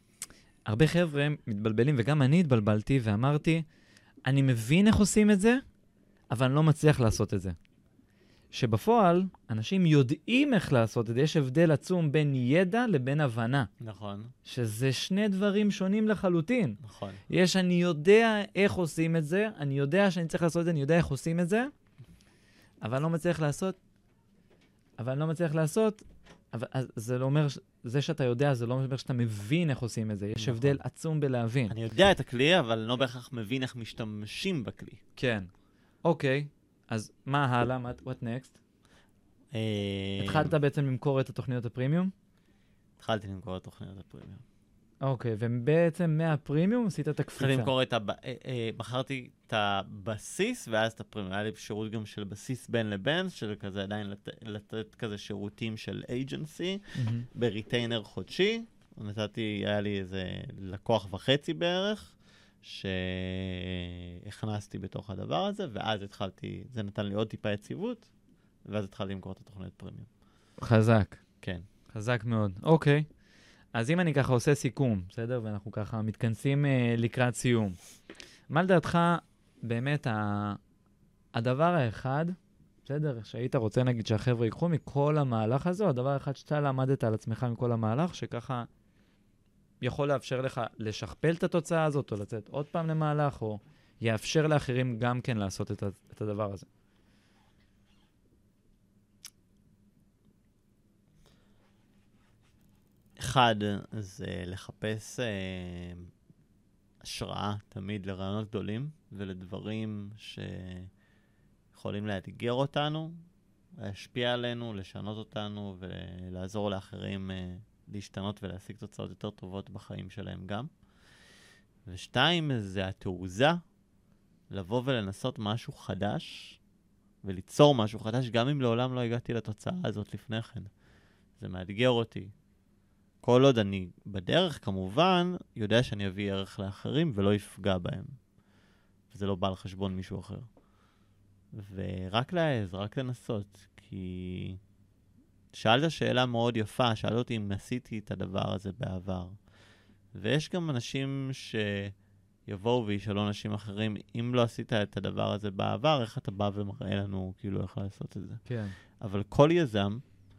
חבר'ה מתבלבלים, וגם אני התבלבלתי, ואמרתי, אני מבין איך עושים את זה, אבל אני לא מצליח לעשות את זה. שבפועל, אנשים יודעים איך לעשות את זה, יש הבדל עצום בין ידע לבין הבנה, נכון, שזה שני דברים שונים לחלוטין. נכון. יש, אני יודע איך עושים את זה, אני יודע שאני צריך לעשות את זה, אני יודע איך עושים את זה, אבל אני לא מצליח לעשות, אבל אני לא מצליח לעשות, אבל אז זה לא אומר, ש- זה שאתה יודע, זה לא אומר שאתה מבין איך עושים את זה. יש נכון. הבדל עצום בלהבין. אני יודע את הכלי, אבל אני לא בהכרח מבין איך משתמשים בכלי. כן. אוקיי, אז מה הלאה? מה- what next? אה, התחלת בעצם למכור את התוכניות הפרימיום? התחלתי למכור את תוכניות הפרימיום. אוקיי, ובעצם מהפרימיום עשית את התחלתי הקפיצה. למכור את ה... מכרתי את הבסיס ואז את הפרימיום. היה לי שירות גם של בסיס בין לבין, של כזה עדיין לת- לתת כזה שירותים של אייג'נסי, מהמם. בריטיינר חודשי. נתתי, היה לי איזה לקוח וחצי בערך, שהכנסתי בתוך הדבר הזה, ואז התחלתי, זה נתן לי עוד טיפה יציבות, ואז התחלתי למכור את התוכניות פרימיום. חזק. כן. חזק מאוד. אוקיי. אז אם אני ככה עושה סיכום, בסדר? ואנחנו ככה מתכנסים אה, לקראת סיום. מה לדעתך באמת ה... הדבר האחד, בסדר? שהיית רוצה נגיד שהחבר'ה ייקחו מכל המהלך הזה, או הדבר האחד שאתה למדת על עצמך מכל המהלך, שככה יכול לאפשר לך לשכפל את התוצאה הזאת, או לצאת עוד פעם למהלך, או יאפשר לאחרים גם כן לעשות את, ה... את הדבר הזה. אחד, זה לחפש אה, השראה תמיד לרעיונות גדולים ולדברים שיכולים לאתגר אותנו, להשפיע עלינו, לשנות אותנו ולעזור לאחרים אה, להשתנות ולהשיג תוצאות יותר טובות בחיים שלהם גם. ושתיים, זה התעוזה לבוא ולנסות משהו חדש, וליצור משהו חדש, גם אם לעולם לא הגעתי לתוצאה הזאת לפני כן. זה מאתגר אותי. כל עוד אני בדרך, כמובן, יודע שאני אביא ערך לאחרים ולא יפגע בהם. וזה לא בא על חשבון מישהו אחר. ורק להעז, רק לנסות, כי שאלת שאלה מאוד יפה, שאלת אותי אם עשיתי את הדבר הזה בעבר. ויש גם אנשים שיבואו וישאלו אנשים אחרים, אם לא עשית את הדבר הזה בעבר, איך אתה בא ומראה לנו כאילו איך לעשות את זה? כן. אבל כל יזם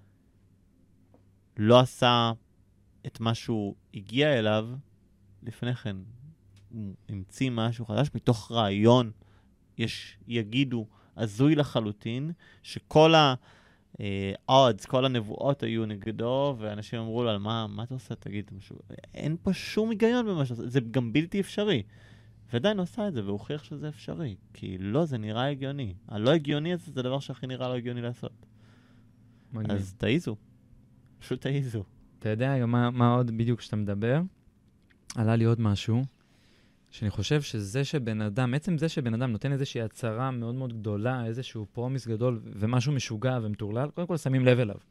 לא עשה את מה שהוא הגיע אליו לפני כן. הוא המציא משהו חדש מתוך רעיון, יש, יגידו, הזוי לחלוטין, שכל ה-odds, כל הנבואות היו נגדו, ואנשים אמרו לו, על מה, מה אתה עושה? תגיד משהו. אין פה שום היגיון במה שעושה, זה גם בלתי אפשרי. ועדיין הוא עשה את זה, והוא הוכיח שזה אפשרי. כי לא, זה נראה הגיוני. הלא הגיוני הזה זה הדבר שהכי נראה לא הגיוני לעשות. מגניב. אז תעיזו. פשוט תעיזו. אתה יודע מה, מה עוד בדיוק כשאתה מדבר? עלה לי עוד משהו, שאני חושב שזה שבן אדם, עצם זה שבן אדם נותן איזושהי הצהרה מאוד מאוד גדולה, איזשהו פרומיס גדול ומשהו משוגע ומטורלל, קודם כל שמים לב אליו.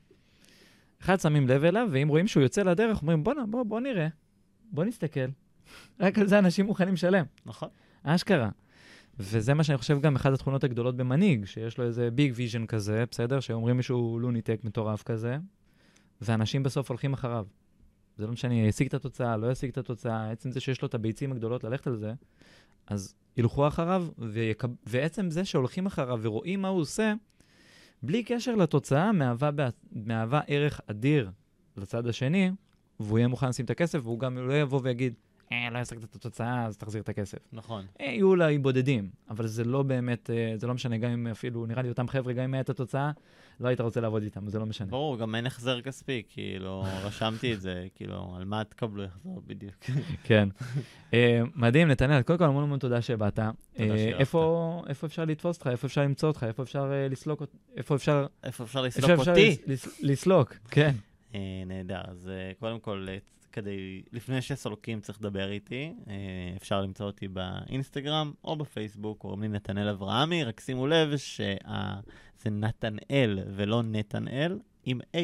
אחד שמים לב אליו, ואם רואים שהוא יוצא לדרך, אומרים, בוא, בוא, בוא נראה, בוא נסתכל. רק על זה אנשים מוכנים לשלם. נכון. אשכרה. וזה מה שאני חושב גם אחד התכונות הגדולות במנהיג, שיש לו איזה ביג ויז'ן כזה, בסדר? שאומרים מישהו לוניטק מטורף כזה, ואנשים בסוף הולכים אחריו. זה לא משנה, ישיג את התוצאה, לא ישיג את התוצאה, עצם זה שיש לו את הביצים הגדולות ללכת על זה, אז ילכו אחריו, ויקב... ועצם זה שהולכים אחריו ורואים מה הוא עושה, בלי קשר לתוצאה, מהווה, בע... מהווה ערך אדיר לצד השני, והוא יהיה מוכן לשים את הכסף, והוא גם לא יבוא ויגיד, אה, לא ישיג את התוצאה, אז תחזיר את הכסף. נכון. אה, יהיו אולי בודדים, אבל זה לא באמת, זה לא משנה, גם אם אפילו, נראה לי אותם חבר'ה, גם אם היה את התוצאה, לא היית רוצה לעבוד איתם, זה לא משנה. ברור, גם אין החזר כספי, כאילו, רשמתי את זה, כאילו, על מה תקבלו החזר בדיוק. כן. מדהים, נתנאל, קודם כל המון המון תודה שבאת. תודה שאהבת. איפה אפשר לתפוס אותך? איפה אפשר למצוא אותך? איפה אפשר לסלוק אותך? איפה אפשר... איפה אפשר לסלוק אותי? לסלוק, כן. נהדר, אז קודם כל, כדי, לפני שסולקים צריך לדבר איתי, אפשר למצוא אותי באינסטגרם או בפייסבוק, קוראים לי נתנאל אברהמי, רק שימו לב שזה נתנאל ולא נתנאל, עם A,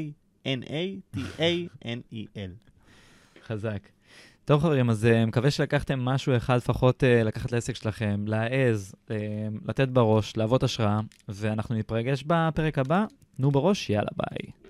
N-A-T-A-N-E-L. חזק. טוב חברים, אז מקווה שלקחתם משהו אחד לפחות לקחת לעסק שלכם, להעז, לתת בראש, להוות השראה, ואנחנו נתפגש בפרק הבא. נו בראש, יאללה ביי.